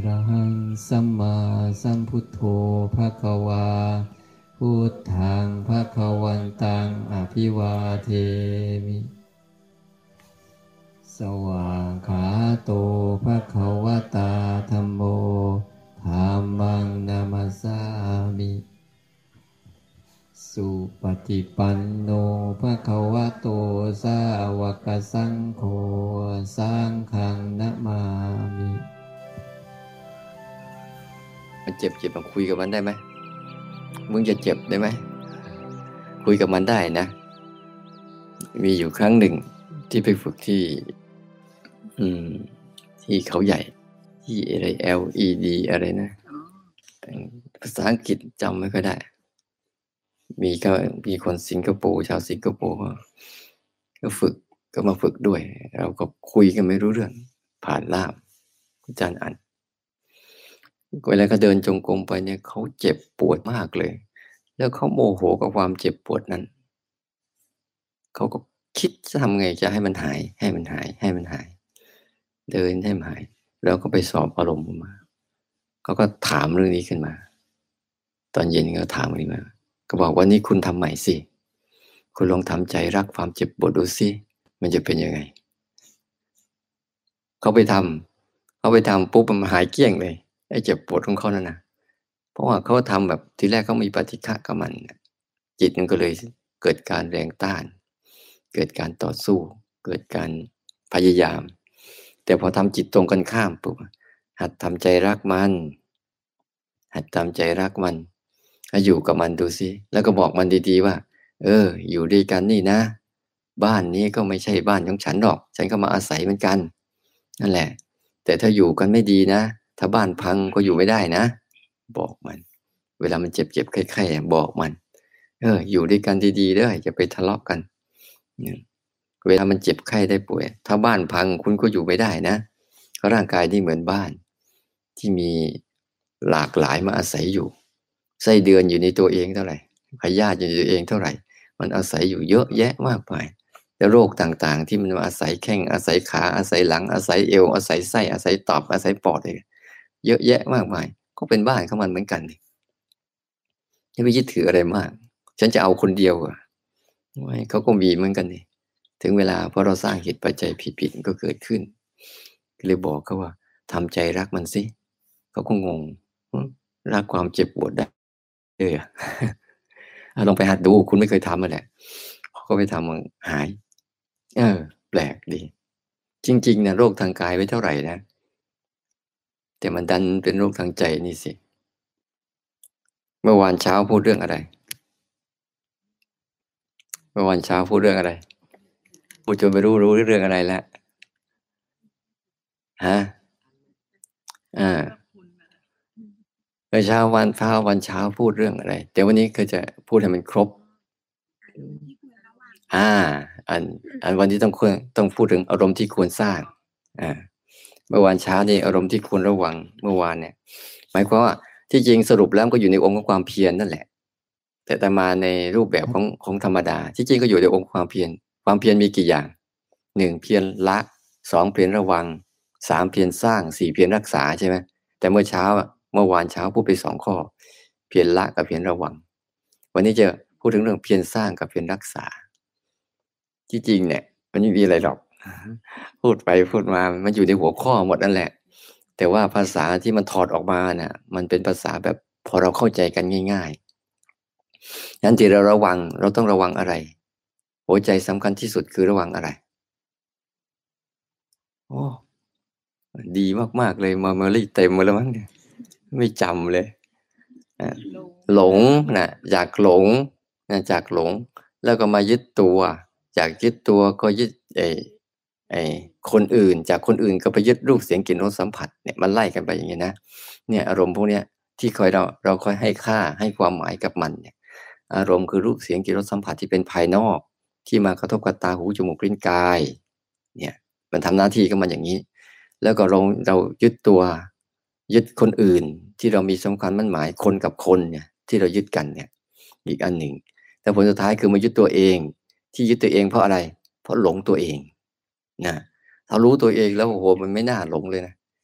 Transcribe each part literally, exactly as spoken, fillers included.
ระหังสัมมาสัมพุทโธภควาพุทธังภควันตังอภิวาเทมิสวากขาโตภควตาธัมโมธัมมังนามัสสามิสุปฏิปันโนภควโตสาวกสังโฆสังฆังนะมามิมันเจ็บเจ็บมันคุยกับมันได้ไหมมึงจะเจ็บได้ไหมคุยกับมันได้นะมีอยู่ครั้งหนึ่งที่ไปฝึกที่อืมที่เขาใหญ่ที่อะไร แอล อี ดี อะไรนะภาษาอังกฤษจำไม่ค่อยได้มีก็มีคนสิงคโปร์ชาวสิงคโปร์ก็ฝึกก็มาฝึกด้วยเราก็คุยกันไม่รู้เรื่องผ่านล่ามอาจารย์อันเวลาเขาเดินจงกรมไปเนี่ยเขาเจ็บปวดมากเลยแล้วเขาโมโหกับความเจ็บปวดนั้นเขาก็คิดจะทำไงจะให้มันหายให้มันหายให้มันหายเดินให้มันหายแล้วก็ไปสอบอารมณ์มาเขาก็ถามเรื่องนี้ขึ้นมาตอนเย็นก็ถามเรื่องนี้มาก็บอกว่านี่คุณทำใหม่สิคุณลองทำใจรักความเจ็บปวดดูสิมันจะเป็นยังไงเขาไปทำเขาไปทำปุ๊บมันหายเกลี้ยงเลยไอ้เจ็บปวดของเขานั่นนะเพราะว่าเขาทำแบบทีแรกเขามีปฏิฆะกับมันจิตมันก็เลยเกิดการแรงต้านเกิดการต่อสู้เกิดการพยายามแต่พอทำจิตตรงกันข้ามปุ๊บหัดทำใจรักมันหัดทำใจรักมันอยู่กับมันดูสิแล้วก็บอกมันดีๆว่าเอออยู่ด้วยกันนี่นะบ้านนี้ก็ไม่ใช่บ้านของฉันหรอกฉันก็มาอาศัยเหมือนกันนั่นแหละแต่ถ้าอยู่กันไม่ดีนะถ้าบ้านพังก็อยู่ไม่ได้นะบอกมันเวลามันเจ็บๆไข้ๆบอกมันเอออยู่ด้วยกันดีๆเด้ออย่าไปทะเลาะกันเวลามันเจ็บไข้ได้ป่วยถ้าบ้านพังคุณก็อยู่ไม่ได้นะเพราะร่างกายนี่เหมือนบ้านที่มีหลากหลายมาอาศัยอยู่ไส้เดือนอยู่ในตัวเองเท่าไหร่พยาธิอยู่ในตัวเองเท่าไหร่มันอาศัยอยู่เยอะแยะมากมายแล้วโรคต่างๆที่มันมาอาศัยแข้งอาศัยขาอาศัยหลังอาศัยเอวอาศัยไส้อาศัยตับอาศัยปอดเลยเยอะแยะมากมายก็เป็นบ้านของมันเหมือนกันอย่าไปยึดถืออะไรมากฉันจะเอาคนเดียวอ่ะไม่เขาก็มีเหมือนกันนี่ถึงเวลาพอเราสร้างเหตุปัจจัยผิดๆก็เกิดขึ้นเลยบอกเขาว่าทำใจรักมันสิเขาก็งงรักความเจ็บปวดได้เออลองไปหัดดูคุณไม่เคยทำมาแหละเขาก็ไปทำหายเออแปลกดีจริงๆนะโรคทางกายไม่เท่าไหร่นะแต่มันดันเป็นโรคทางใจนี่สิเมื่อวานเช้าพูดเรื่องอะไรเมื่อวานเช้าพูดเรื่องอะไรพูดจนไม่รู้รู้เรื่องอะไรแล้วฮะอ่าเมื่อเช้าวันเช้าวันเช้าพูดเรื่องอะไรแต่วันนี้ก็จะพูดให้มันครบอ่าอันอันวันนี้ต้องควรต้องพูดถึงอารมณ์ที่ควรสร้างอ่าเมื่อวานเช้านี่อารมณ์ที่ควรระวังเมื่อวานเนี่ยหมายความว่าที่จริงสรุปแล้วก็อยู่ในองค์ของความเพียรนั่นแหละแต่แต่มาในรูปแบบของของธรรมดาที่จริงก็อยู่ในองค์ความเพียรความเพียรมีกี่อย่างหนึ่งเพียรละสองเพียรระวังสามเพียรสร้างสี่เพียรรักษาใช่ไหมแต่เมื่อเช้าเมื่อวานเช้าพูดไปสองข้อเพียรละกับเพียรระวังวันนี้จะพูดถึงเรื่องเพียรสร้างกับเพียรรักษาที่จริงเนี่ยมันไม่มีอะไรหรอกพูดไปพูดมามันอยู่ในหัวข้อหมดนั่นแหละแต่ว่าภาษาที่มันถอดออกมาน่ะมันเป็นภาษาแบบพอเราเข้าใจกันง่ายๆงั้นที่เราระวังเราต้องระวังอะไรหัวใจสำคัญที่สุดคือระวังอะไรโอ้ดีมากๆเลยมาเมอรี่เต็มมาแล้วมั้งเนี่ยไม่จำเลยหลงนะจากหลงนะจากหลงแล้วก็มายึดตัวจากยึดตัวก็ยึดไอ้ไอ้คนอื่นจากคนอื่นก็ไปยึดรูปเสียงกลิ่นรสสัมผัสเนี่ยมันไล่กันไปอย่างนี้นะเนี่ยอารมณ์พวกเนี้ยที่คอยเราเราคอยให้ค่าให้ความหมายกับมันเนี่ยอารมณ์คือรูปเสียงกลิ่นรสสัมผัสที่เป็นภายนอกที่มากระทบกับตาหูจมูกลิ้นกายเนี่ยมันทำหน้าที่กับมันอย่างนี้แล้วก็เราเรายึดตัวยึดคนอื่นที่เรามีสำคัญมั่นหมายคนกับคนเนี่ยที่เรายึดกันเนี่ยอีกอันหนึ่งแต่ผลสุดท้ายคือมายึดตัวเองที่ยึดตัวเองเพราะอะไรเพราะหลงตัวเองนะถ้ารู้ตัวเองแล้วโอ้โหมันไม่น่าหลงเลยนะ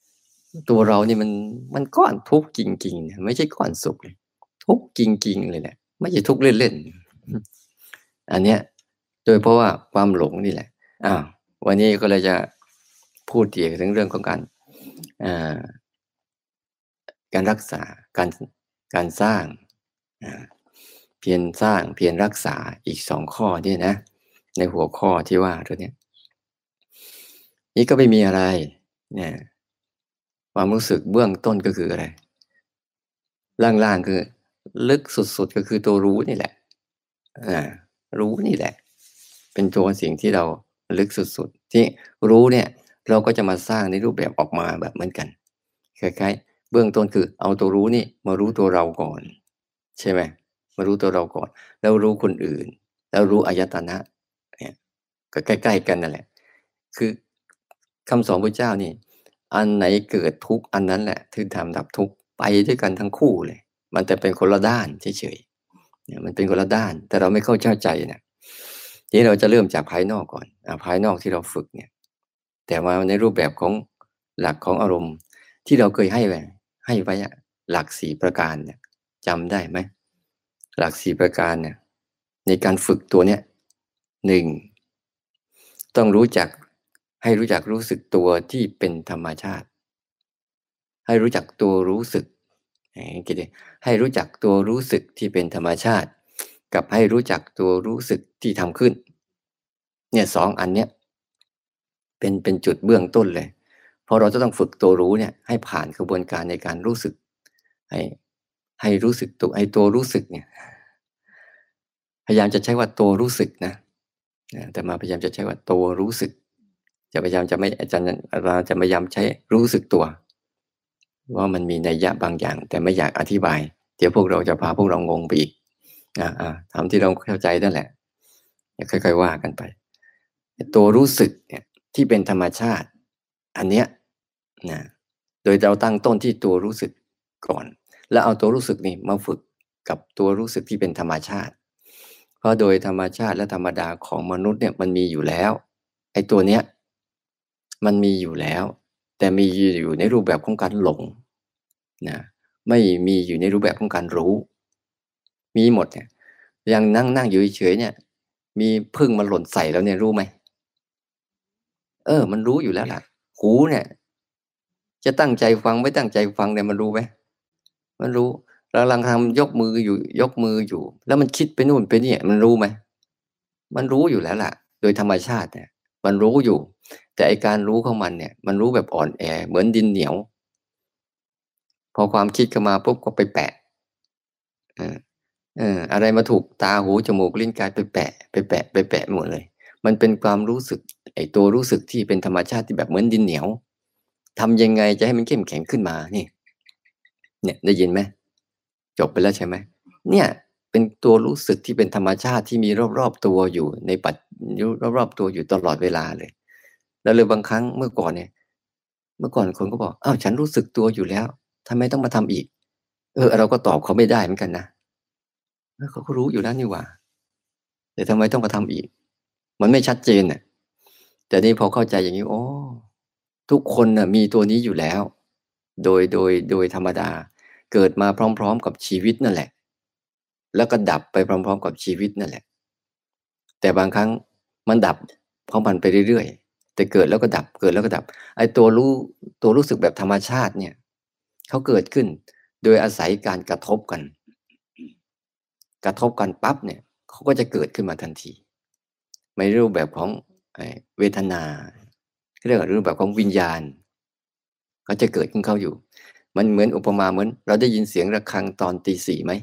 ตัวเรานี่มันมันก้อนทุกข์จริงๆเนี่ยไม่ใช่ก้อนสุขเลยทุกข์จริงๆเลยแหละไม่ใช่ทุกข์เล่นๆอันเนี้ยโดยเพราะว่าความหลงนี่แหละอ้าววันนี้ก็เลยจะพูดเกี่ยวถึงเรื่องของการอ่าการรักษาการการสร้างอ่าเพียรสร้างเพียรรักษาอีกสองข้อนี่นะในหัวข้อที่ว่าตัวเนี้ยนี่ก็ไม่มีอะไรเนี่ยความรู้สึกเบื้องต้นก็คืออะไรล่างๆคือลึกสุดๆก็คือตัวรู้นี่แหละอ่ารู้นี่แหละเป็นตัวสิ่งที่เราลึกสุดๆที่รู้เนี่ยเราก็จะมาสร้างในรูปแบบออกมาแบบเหมือนกันคล้ายๆเบื้องต้นคือเอาตัวรู้นี่มารู้ตัวเราก่อนใช่ไหมมารู้ตัวเราก่อนแล้วรู้คนอื่นแล้วรู้อายตนะเนี่ยก็ใกล้ๆกันนั่นแหละคือคำสอนพระเจ้านี่อันไหนเกิดทุกข์อันนั้นแหละคือธรรมดับทุกข์ไปด้วยกันทั้งคู่เลยมันจะเป็นคนละด้านเฉยๆเนี่ยมันเป็นคนละด้านแต่เราไม่เข้าใจนะทีนี้เราจะเริ่มจากภายนอกก่อนอ่าภายนอกที่เราฝึกเนี่ยแต่มาในรูปแบบของหลักของอารมณ์ที่เราเคยให้ไว้ให้ไว้อะหลักสี่ประการเนี่ยจำได้ไหมหลักสี่ประการเนี่ยในการฝึกตัวเนี้ยหนึ่งต้องรู้จักให้รู้จักรู้สึกตัวที่เป็นธรรมชาติให้รู้จักตัวรู้สึกคิดดิให้รู้จักตัวรู้สึกที่เป็นธรรมชาติกับให้รู้จักตัวรู้สึกที่ทำขึ้นเนี่ยสองอันเนี้ยเป็นเป็นจุดเบื้องต้นเลยเพราะเราจะต้องฝึกตัวรู้เนี่ยให้ผ่านกระบวนการในการรู้สึกให้ให้รู้สึกตัวไอ้ตัวรู้สึกเนี่ยพยายามจะใช้ว่าตัวรู้สึกนะแต่มาพยายามจะใช้ว่าตัวรู้สึกจะพยายามจะไม่อาจารย์เราจะพยายามใช้รู้สึกตัวว่ามันมีนัยยะบางอย่างแต่ไม่อยากอธิบายเดี๋ยวพวกเราจะพาพวกเรางงไปอีกอ่าทำที่เราเข้าใจนั่นแหละค่อยๆว่ากันไปตัวรู้สึกเนี่ยที่เป็นธรรมชาติอันเนี้ยนะโดยเราตั้งต้นที่ตัวรู้สึกก่อนแล้วเอาตัวรู้สึกนี่มาฝึกกับตัวรู้สึกที่เป็นธรรมชาติเพราะโดยธรรมชาติและธรรมดาของมนุษย์เนี่ยมันมีอยู่แล้วไอ้ตัวเนี้ยมันมีอยู่แล้วแต่มีอยู่ในรูปแบบของการหลงนะไม่มีอยู่ในรูปแบบของการรู้มีหมดเนี่ยยังนั่งนั่งอยู่เฉยๆเนี่ยมีผึ้งมาหล่นใส่แล้วเนี่ยรู้ไหมเออมันรู้อยู่แล้วล่ะหูเนี่ยจะตั้งใจฟังไม่ตั้งใจฟังเนี่ยมันรู้ไหมมันรู้เรากำลังทำยกมืออยู่ยกมืออยู่แล้วมันคิดไปนู่นไปนี่มันรู้ไหมมันรู้อยู่แล้วล่ะโดยธรรมชาติเนี่ยมันรู้อยู่แต่ไอ้การรู้ของมันเนี่ยมันรู้แบบอ่อนแอเหมือนดินเหนียวพอความคิดเข้ามาปุ๊บก็ไปแปะเออเอออะไรมาถูกตาหูจมูกลิ้นกายไปแปะไปแปะไปแปะหมดเลยมันเป็นความรู้สึกไอ้ตัวรู้สึกที่เป็นธรรมชาติที่แบบเหมือนดินเหนียวทำยังไงจะให้มันเข้มแข็งขึ้นมานี่เนี่ยได้ยินไหมจบไปแล้วใช่ไหมเนี่ยเป็นตัวรู้สึกที่เป็นธรรมชาติที่มีรอบๆตัวอยู่ในปัจอยู่รอบๆตัวอยู่ตลอดเวลาเลยแล้วเลยบางครั้งเมื่อก่อนเนี่ยเมื่อก่อนคนก็บอกอ้าวฉันรู้สึกตัวอยู่แล้วทำไมต้องมาทำอีกเออเราก็ตอบเขาไม่ได้เหมือนกันนะเออเขาก็รู้อยู่แล้วนี่หว่าแต่ทำไมต้องมาทำอีกมันไม่ชัดเจนน่ะแต่นี่พอเข้าใจอย่างนี้อ๋อทุกคนน่ะมีตัวนี้อยู่แล้วโดยโดยโดยธรรมดาเกิดมาพร้อมๆกับชีวิตนั่นแหละแล้วก็ดับไปพร้อมๆกับชีวิตนั่นแหละแต่บางครั้งมันดับของมันไปเรื่อยๆแต่เกิดแล้วก็ดับเกิดแล้วก็ดับไอ้ตัวรู้ตัวรู้สึกแบบธรรมชาติเนี่ยเขาเกิดขึ้นโดยอาศัยการกระทบกันกระทบกันปั๊บเนี่ยเขาก็จะเกิดขึ้นมาทันทีในรูปแบบของเวทนาเรียกว่ารูปแบบของวิญญาณเขาจะเกิดขึ้นเขาอยู่มันเหมือนอุปมาเหมือนเราได้ยินเสียงระฆังตอนตีสี่ไหม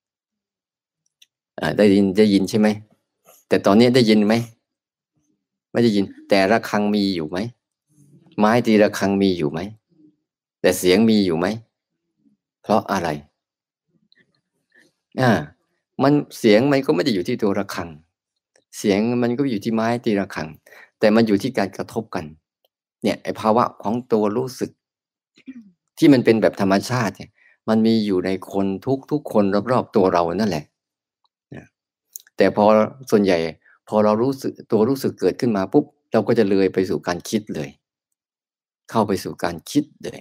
อ่าได้ยินได้ยินใช่ไหมแต่ตอนนี้ได้ยินไหมไม่ได้ยินแต่ระฆังมีอยู่ไหมไม้ตีระฆังมีอยู่ไหมแต่เสียงมีอยู่ไหมเพราะอะไรอ่ามันเสียงมันก็ไม่ได้อยู่ที่ตัวระฆังเสียงมันก็อยู่ที่ไม้ตีระฆังแต่มันอยู่ที่การกระทบกันเนี่ยไอ้ภาวะของตัวรู้สึกที่มันเป็นแบบธรรมชาติเนี่ยมันมีอยู่ในคนทุกๆคนรอบๆตัวเรานั่นแหละนะแต่พอส่วนใหญ่พอเรารู้สึกตัวรู้สึกเกิดขึ้นมาปุ๊บเราก็จะเลยไปสู่การคิดเลยเข้าไปสู่การคิดเลย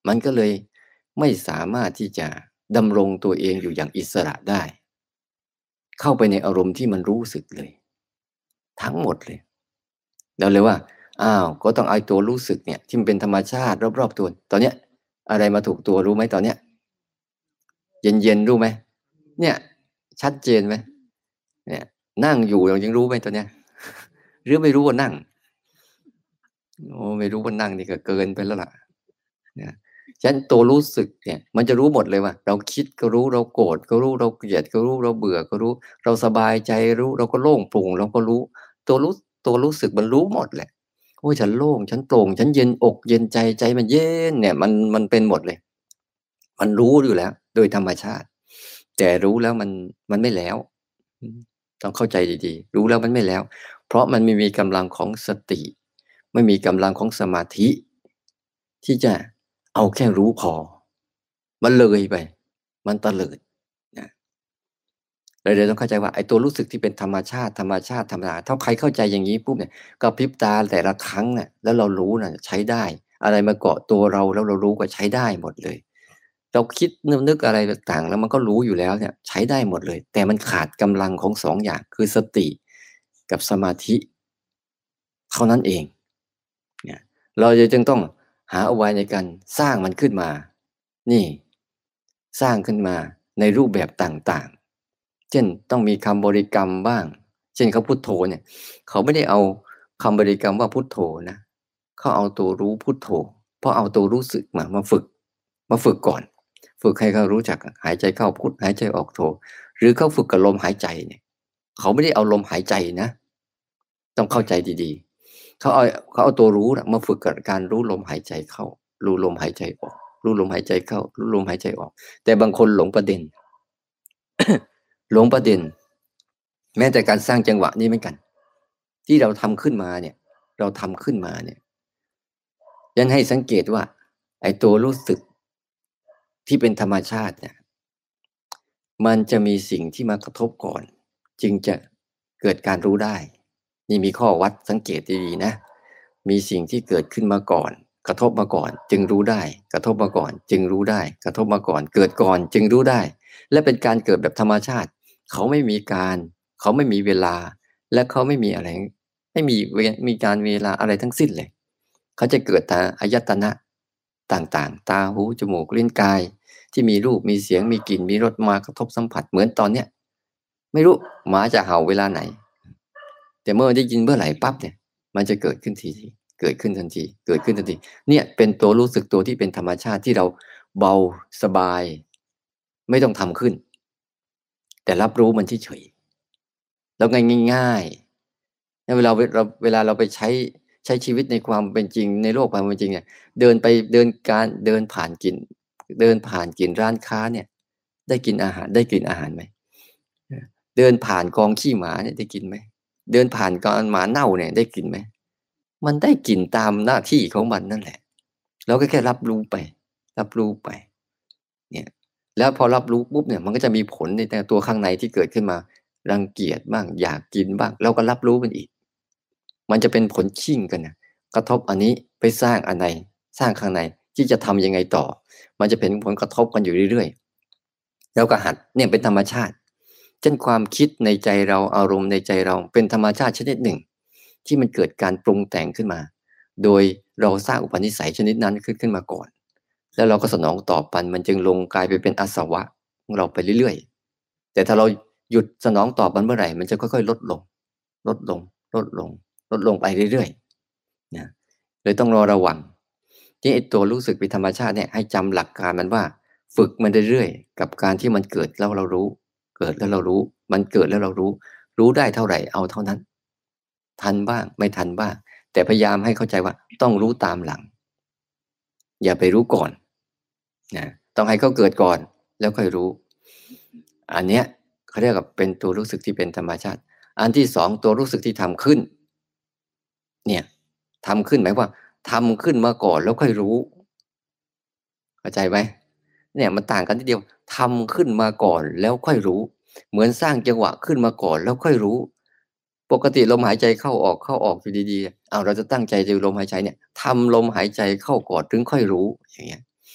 มันก็เลยไม่สามารถที่จะดำรงตัวเองอยู่อย่างอิสระได้เข้าไปในอารมณ์ที่มันรู้สึกเลยทั้งหมดเลยเราเลยว่าอ้าวก็ต้องเอาตัวรู้สึกเนี่ยที่มันเป็นธรรมชาติรอบๆตัวตอนเนี้ยอะไรมาถูกตัวรู้ไหมตอนเนี้ยเย็นๆรู้ไหมเนี่ยชัดเจนไหมเนี่ยนั่งอยู่ยังรู้ไหมตอนเนี้ยหรือไม่รู้ว่านั่งโอ้ไม่รู้ว่านั่งนี่ก็เกินไปแล้วล่ะนะฉะนั้นตัวรู้สึกเนี่ยมันจะรู้หมดเลยว่าเราคิดก็รู้เราโกรธก็รู้เราเกลียดก็รู้เราเบื่อก็รู้เราสบายใจรู้เราก็โล่งโปร่งเราก็รู้ตัวรู้ตัวรู้สึกมันรู้หมดแหละโอ้ยฉันโล่งฉันโปร่งฉันเย็นอกเย็นใจใจมันเย็นเนี่ยมันมันเป็นหมดเลยมันรู้อยู่แล้วโดยธรรมชาติแต่รู้แล้วมันมันไม่แล้วอืมต้องเข้าใจดีๆรู้แล้วมันไม่แล้วเพราะมันไม่มีกำลังของสติไม่มีกำลังของสมาธิที่จะเอาแค่รู้พอมันเลยไปมันเตลิดนะเราเลยต้องเข้าใจว่าไอ้ตัวรู้สึกที่เป็นธรรมชาติธรรมชาติธรรมดาถ้าใครเข้าใจอย่างงี้ปุ๊บเนี่ยกระพริบตาแต่ละครั้งเนี่ยแล้วเรารู้น่ะใช้ได้อะไรมาเกาะตัวเราแล้วเรารู้ก็ใช้ได้หมดเลยเราคิดนึกนึกอะไรต่างๆแล้วมันก็รู้อยู่แล้วเนี่ยใช้ได้หมดเลยแต่มันขาดกำลังของสองอย่างคือสติกับสมาธิเท่านั้นเองเนี่ยเราจะจึงต้องหาเอาไว้ในการสร้างมันขึ้นมานี่สร้างขึ้นมาในรูปแบบต่างๆเช่นต้องมีคำบริกรรมบ้างเช่นเขาพุทโธเนี่ยเขาไม่ได้เอาคำบริกรรมว่าพุทโธนะเขาเอาตัวรู้พุทโธเพราะเอาตัวรู้สึกมามาฝึกมาฝึกก่อนฝึกให้เขารู้จักหายใจเข้าพุทหายใจออกโธหรือเขาฝึกกับลมหายใจเนี่ยเขาไม่ได้เอาลมหายใจนะต้องเข้าใจดีๆเขาเอาเขาเอาตัวรู้นะมาฝึกกับการรู้ลมหายใจเข้ารู้ลมหายใจออกรู้ลมหายใจเข้ารู้ลมหายใจออกแต่บางคนหลงประเด็น หลงประเด็นแม้แต่การสร้างจังหวะนี้เหมือนกันที่เราทำขึ้นมาเนี่ยเราทำขึ้นมาเนี่ยยันให้สังเกตว่าไอ้ตัวรู้สึกที่เป็นธรรมชาติเนี่ยมันจะมีสิ่งที่มากระทบก่อนจึงจะเกิดการรู้ได้นี่มีข้อวัดสังเกตดีๆนะมีสิ่งที่เกิดขึ้นมาก่อนกระทบมาก่อนจึงรู้ได้กระทบมาก่อนจึงรู้ได้กระทบมาก่อนเกิดก่อนจึงรู้ได้และเป็นการเกิดแบบธรรมชาติเขาไม่มีการเขาไม่มีเวลาและเขาไม่มีอะไรไม่มีเวมีการเวลาอะไรทั้งสิ้นเลยเขาจะเกิดแต่อายตนะต่างๆตาหูจมูกลิ้นกายที่มีรูปมีเสียงมีกลิ่นมีรสมากระทบสัมผัสเหมือนตอนเนี้ยไม่รู้หมาจะเห่าเวลาไหนแต่เมื่อได้ยินเมื่อไหร่ปั๊บเนี่ยมันจะเกิดขึ้นทีเกิดขึ้นทันทีเกิดขึ้นทันทีเนี่ยเป็นตัวรู้สึกตัวที่เป็นธรรมชาติที่เราเบาสบายไม่ต้องทำขึ้นแต่รับรู้มันเฉยๆแล้วง่ายๆแล้วเวลาเราเวลาเราไปใช้ใช้ชีวิตในความเป็นจริงในโลกความเป็นจริงเนี่ยเดินไปเดินการเดินผ่านกินเดินผ่านกินร้านค้าเนี่ยได้กินอาหารได้กลิ่นอาหารไหมเดินผ่านกองขี้หมาเนี่ยได้กินไหมเดินผ่านกองหมาเน่าเนี่ยได้กลิ่นไหมมันได้กลิ่นตามหน้าที่ของมันนั่นแหละเราก็แค่รับรู้ไปรับรู้ไปเนี่ยแล้วพอรับรู้ปุ๊บเนี่ยมันก็จะมีผลในแต่ตัวข้างในที่เกิดขึ้นมารังเกียจบ้างอยากกินบ้างเราก็รับรู้มันอีกมันจะเป็นผลชิ่งกันนะกระทบอันนี้ไปสร้างอันในสร้างข้างในที่จะทำยังไงต่อมันจะเป็นผลกระทบกันอยู่เรื่อยๆแล้วก็หัดเนี่ยเป็นธรรมชาติเช่นความคิดในใจเราอารมณ์ในใจเราเป็นธรรมชาติชนิดหนึ่งที่มันเกิดการปรุงแต่งขึ้นมาโดยเราสร้างอุปนิสัยชนิดนั้นขึ้นขึ้นมาก่อนแล้วเราก็สนองตอบมันมันจึงลงกลายไปเป็นอาสวะของเราไปเรื่อยๆแต่ถ้าเราหยุดสนองตอบมันเมื่อไหร่มันจะค่อยๆลดลงลดลงลดลงลดลงไปเรื่อยๆนะเลยต้องรอระวังที่ไอ้ตัวรู้สึกเป็นธรรมชาติเนี่ยให้จำหลักการมันว่าฝึกมันเรื่อยๆกับการที่มันเกิดแล้วเรารู้เกิดแล้วเรารู้มันเกิดแล้วเรารู้รู้ได้เท่าไหร่เอาเท่านั้นทันบ้างไม่ทันบ้างแต่พยายามให้เข้าใจว่าต้องรู้ตามหลังอย่าไปรู้ก่อนนะต้องให้เขาเกิดก่อนแล้วค่อยรู้อันเนี้ยเขาเรียกว่าเป็นตัวรู้สึกที่เป็นธรรมชาติอันที่สองตัวรู้สึกที่ทำขึ้นเนี่ยทำขึ้นหมายว่าทำขึ้นมาก่อนแล้วค่อยรู้เข้าใจไหมเนี่ยมันต่างกันทีเดียวทำขึ้นมาก่อนแล้วค่อยรู้เหมือนสร้างจังหวะขึ้นมาก่อนแล้วค่อยรู้ปกติลมหายใจเข้าออกเข้าออกอยู่ดีๆอ้าวเราจะตั้งใจดูลมหายใจเนี่ยทำลมหายใจเข้าก่อนถึงค่อยรู้อย่างเงี้ย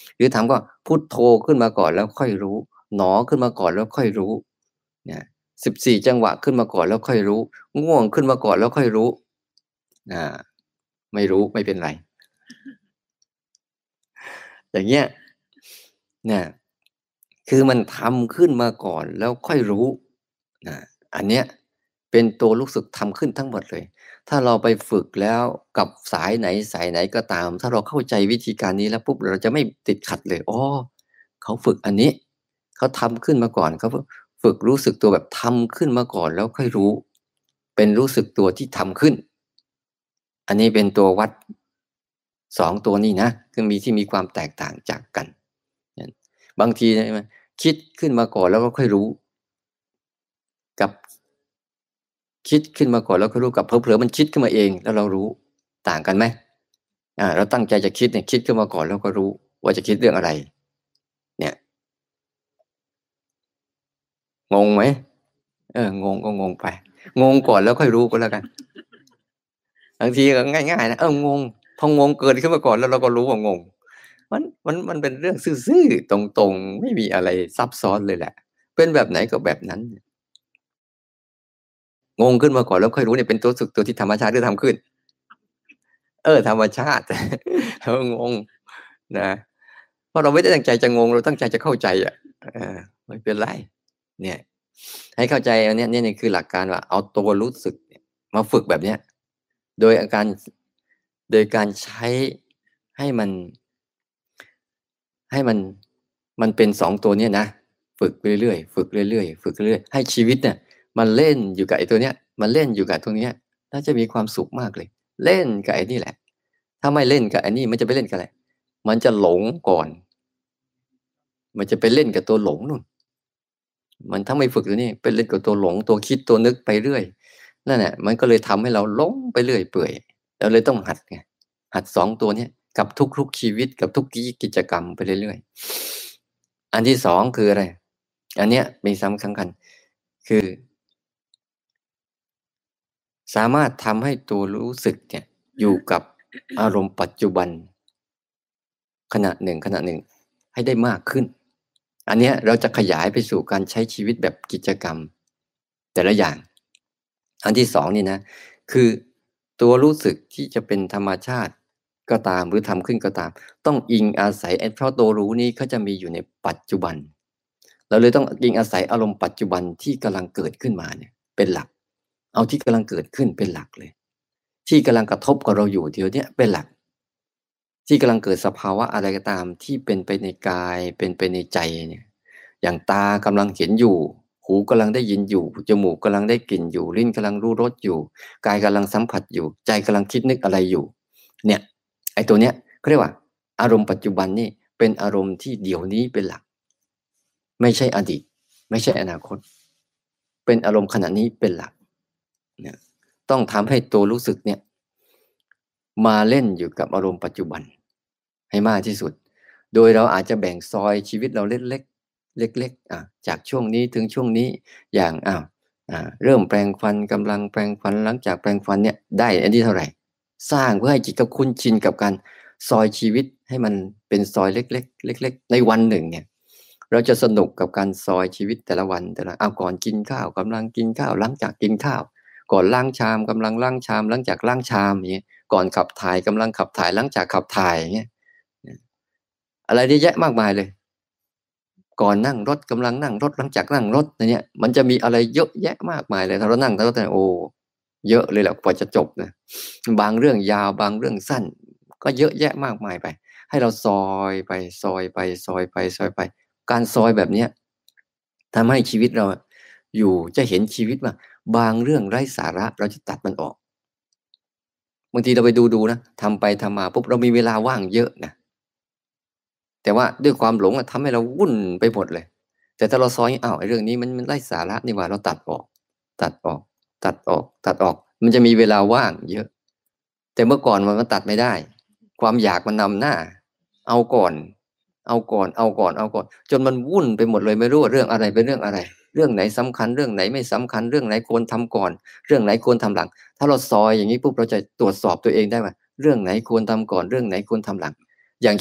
หรือทำก็พุทโธขึ้นมาก่อนแล้วค่อยรู้หนอขึ้นมาก่อนแล้วค่อยรู้เนี่ยสิบสี่จังหวะขึ้นมาก่อนแล้วค่อยรู้ง่วงขึ้นมาก่อนแล้วค่อยรู้อ่าไม่รู้ไม่เป็นไรอย่างเงี้ยเนี่ยคือมันทำขึ้นมาก่อนแล้วค่อยรู้นะอันเนี้ยเป็นตัวรู้สึกทำขึ้นทั้งหมดเลยถ้าเราไปฝึกแล้วกับสายไหนสายไหนก็ตามถ้าเราเข้าใจวิธีการนี้แล้วปุ๊บเราจะไม่ติดขัดเลยอ๋อเขาฝึกอันนี้เขาทำขึ้นมาก่อนเขาฝึกรู้สึกตัวแบบทำขึ้นมาก่อนแล้วค่อยรู้เป็นรู้สึกตัวที่ทำขึ้นอันนี้เป็นตัววัดสองตัวนี้นะคือมีที่มีความแตกต่างจากกันบางทีคิดขึ้นมาก่อนแล้วก็ค่อยรู้กับคิดขึ้นมาก่อนแล้วค่อยรู้กับเผลอๆมันคิดขึ้นมาเองแล้วเรารู้ต่างกันไหมอ่าเราตั้งใจจะคิดเนี่ยคิดขึ้นมาก่อนแล้วก็รู้ว่าจะคิดเรื่องอะไรเนี่ยงงไหมเอองงก็งงไปงงก่อนแล้วค่อยรู้ก็แล้วกันบางทีก็ง่ายๆนะเอองงพองงเกิดขึ้นมาก่อนแล้วเราก็รู้ว่างงมันมันมันเป็นเรื่องซื่อๆตรงๆไม่มีอะไรซับซ้อนเลยแหละเป็นแบบไหนก็แบบนั้นงงขึ้นมาก่อนแล้วค่อยรู้เนี่ยเป็นตัวรู้สึกตัวที่ธรรมชาติที่ทำขึ้นเออธรรมชาติเอองงนะเพราะเราไม่ได้ตั้งใจจะงงเราตั้งใจจะเข้าใจอะเออไม่เป็นไรเนี่ยให้เข้าใจอันเนี้ยเนี่ยคือหลักการว่าเอาตัวรู้สึกมาฝึกแบบเนี้ยโดยอาการโดยการใช้ให้มันให้มันมันเป็นสองตัวเนี้ยนะฝึกเรื่อยๆฝึกเรื่อยๆฝึกเรื่อยๆให้ชีวิตเนี่ยมันเล่นอยู่กับไอ้ตัวเนี้ยมันเล่นอยู่กับตรงเนี้ยแล้วจะมีความสุขมากเลยเล่นกับไอ้นี่แหละถ้าไม่เล่นกับไอ้นี่มันจะไปเล่นกับอะไรมันจะหลงก่อนมันจะไปเล่นกับตัวหลงนู่นมันถ้าไม่ฝึกตัวนี้ไปเล่นกับตัวหลงตัวคิดตัวนึกไปเรื่อยนั่นแหละมันก็เลยทำให้เราหลงไปเรื่อยเปื่อยเราเลยต้องหัดไงหัดสองตัวเนี้ยกับทุกๆชีวิตกับทุกกิจกรรมไปเรื่อยๆอันที่สองคืออะไรอันเนี้ยมีสำคัญคือสามารถทำให้ตัวรู้สึกเนี่ยอยู่กับอารมณ์ปัจจุบันขณะหนึ่งขณะหนึ่งให้ได้มากขึ้นอันเนี้ยเราจะขยายไปสู่การใช้ชีวิตแบบกิจกรรมแต่ละอย่างอันที่สองนี่นะคือตัวรู้สึกที่จะเป็นธรรมชาติก็ตามหรือทำขึ้นก็ตามต้องอิงอาศัยเพราะตัวรู้นี้เขาจะมีอยู่ในปัจจุบันเราเลยต้องอิงอาศัยอารมณ์ปัจจุบันที่กำลังเกิดขึ้นมาเนี่ยเป็นหลักเอาที่กำลังเกิดขึ้นเป็นหลักเลยที่กำลังกระทบกับเราอยู่เดี๋ยวนี้เป็นหลักที่กำลังเกิดสภาวะอะไรก็ตามที่เป็นไปในกายเป็นไปในใจเนี่ยอย่างตากำลังเห็นอยู่หูกำลังได้ยินอยู่จมูกกำลังได้กลิ่นอยู่ลิ้นกำลังรู้รสอยู่กายกำลังสัมผัสอยู่ใจกำลังคิดนึกอะไรอยู่เนี่ยไอ้ตัวเนี้ยเขาเรียกว่าอารมณ์ปัจจุบันนี่เป็นอารมณ์ที่เดี๋ยวนี้เป็นหลักไม่ใช่อดีตไม่ใช่อนาคตเป็นอารมณ์ขณะนี้เป็นหลักเนี่ยต้องทำให้ตัวรู้สึกเนี่ยมาเล่นอยู่กับอารมณ์ปัจจุบันให้มากที่สุดโดยเราอาจจะแบ่งซอยชีวิตเราเล็กๆเล็กๆอ่ะจากช่วงนี้ถึงช่วงนี้อย่างอ้าวอ่าเริ่มแปรงฟันกำลังแปรงฟันหลังจากแปรงฟันเนี่ยได้อันนี้เท่าไหร่สร้างเพื่อให้จิตเขาคุ้นชินกับการซอยชีวิตให้มันเป็นซอยเล็กๆเล็กๆในวันหนึ่งเนี่ยเราจะสนุกกับการซอยชีวิตแต่ละวันแต่ละเอาก่อนกินข้าวกำลังกินข้าวหลังจากกินข้าวก่อนล้างชามกำลังล้างชามหลังจากล้างชามอย่างเงี้ยก่อนขับถ่ายกำลังขับถ่ายหลังจากขับถ่ายอย่างเงี้ยอะไรเยอะแยะมากมายเลยก่อนนั่งรถกำลังนั่งรถหลังจากนั่งรถอย่างเงี้ยมันจะมีอะไรเยอะแยะมากมายเลยถ้าเรานั่งรถเนี่ยโอ้เยอะเลยแหละกว่าจะจบนะบางเรื่องยาวบางเรื่องสั้นก็เยอะแยะมากมายไปให้เราซอยไปซอยไปซอยไปซอยไปการซอยแบบเนี้ยทำให้ชีวิตเราอยู่จะเห็นชีวิตว่าบางเรื่องไร้สาระเราจะตัดมันออกบางทีเราไปดูดูนะทำไปทำมาปุ๊บเรามีเวลาว่างเยอะนะแต่ว่าด้วยความหลงทำให้เราวุ่นไปหมดเลยแต่ถ้าเราซอยอ้าวไอ้เรื่องนี้มันมันไร้สาระนี่หว่าเราตัดออกตัดออกตัดออกตัดออกมันจะมีเวลาว่างเยอะแต่เมื่อก่อนมันมันตัดไม่ได้ความอยากมันนำหน้าเอาก่อนเอาก่อนเอาก่อนเอาก่อนจนมันวุ่นไปหมดเลยไม่รู้ว่าเรื่องอะไรเป็นเรื่องอะไรเรื่องไหนสำคัญเรื่องไหนไม่สำคัญเรื่องไหนควรทำก่อนเรื่องไหนควรทำหลังถ้าเราซอยอย่างนี้ปุ๊บเราจะตรวจสอบตัวเองได้ว่าเรื่องไหนควรทำก่อนเรื่องไหนควรทำหลังอย่างเช่นอ้าว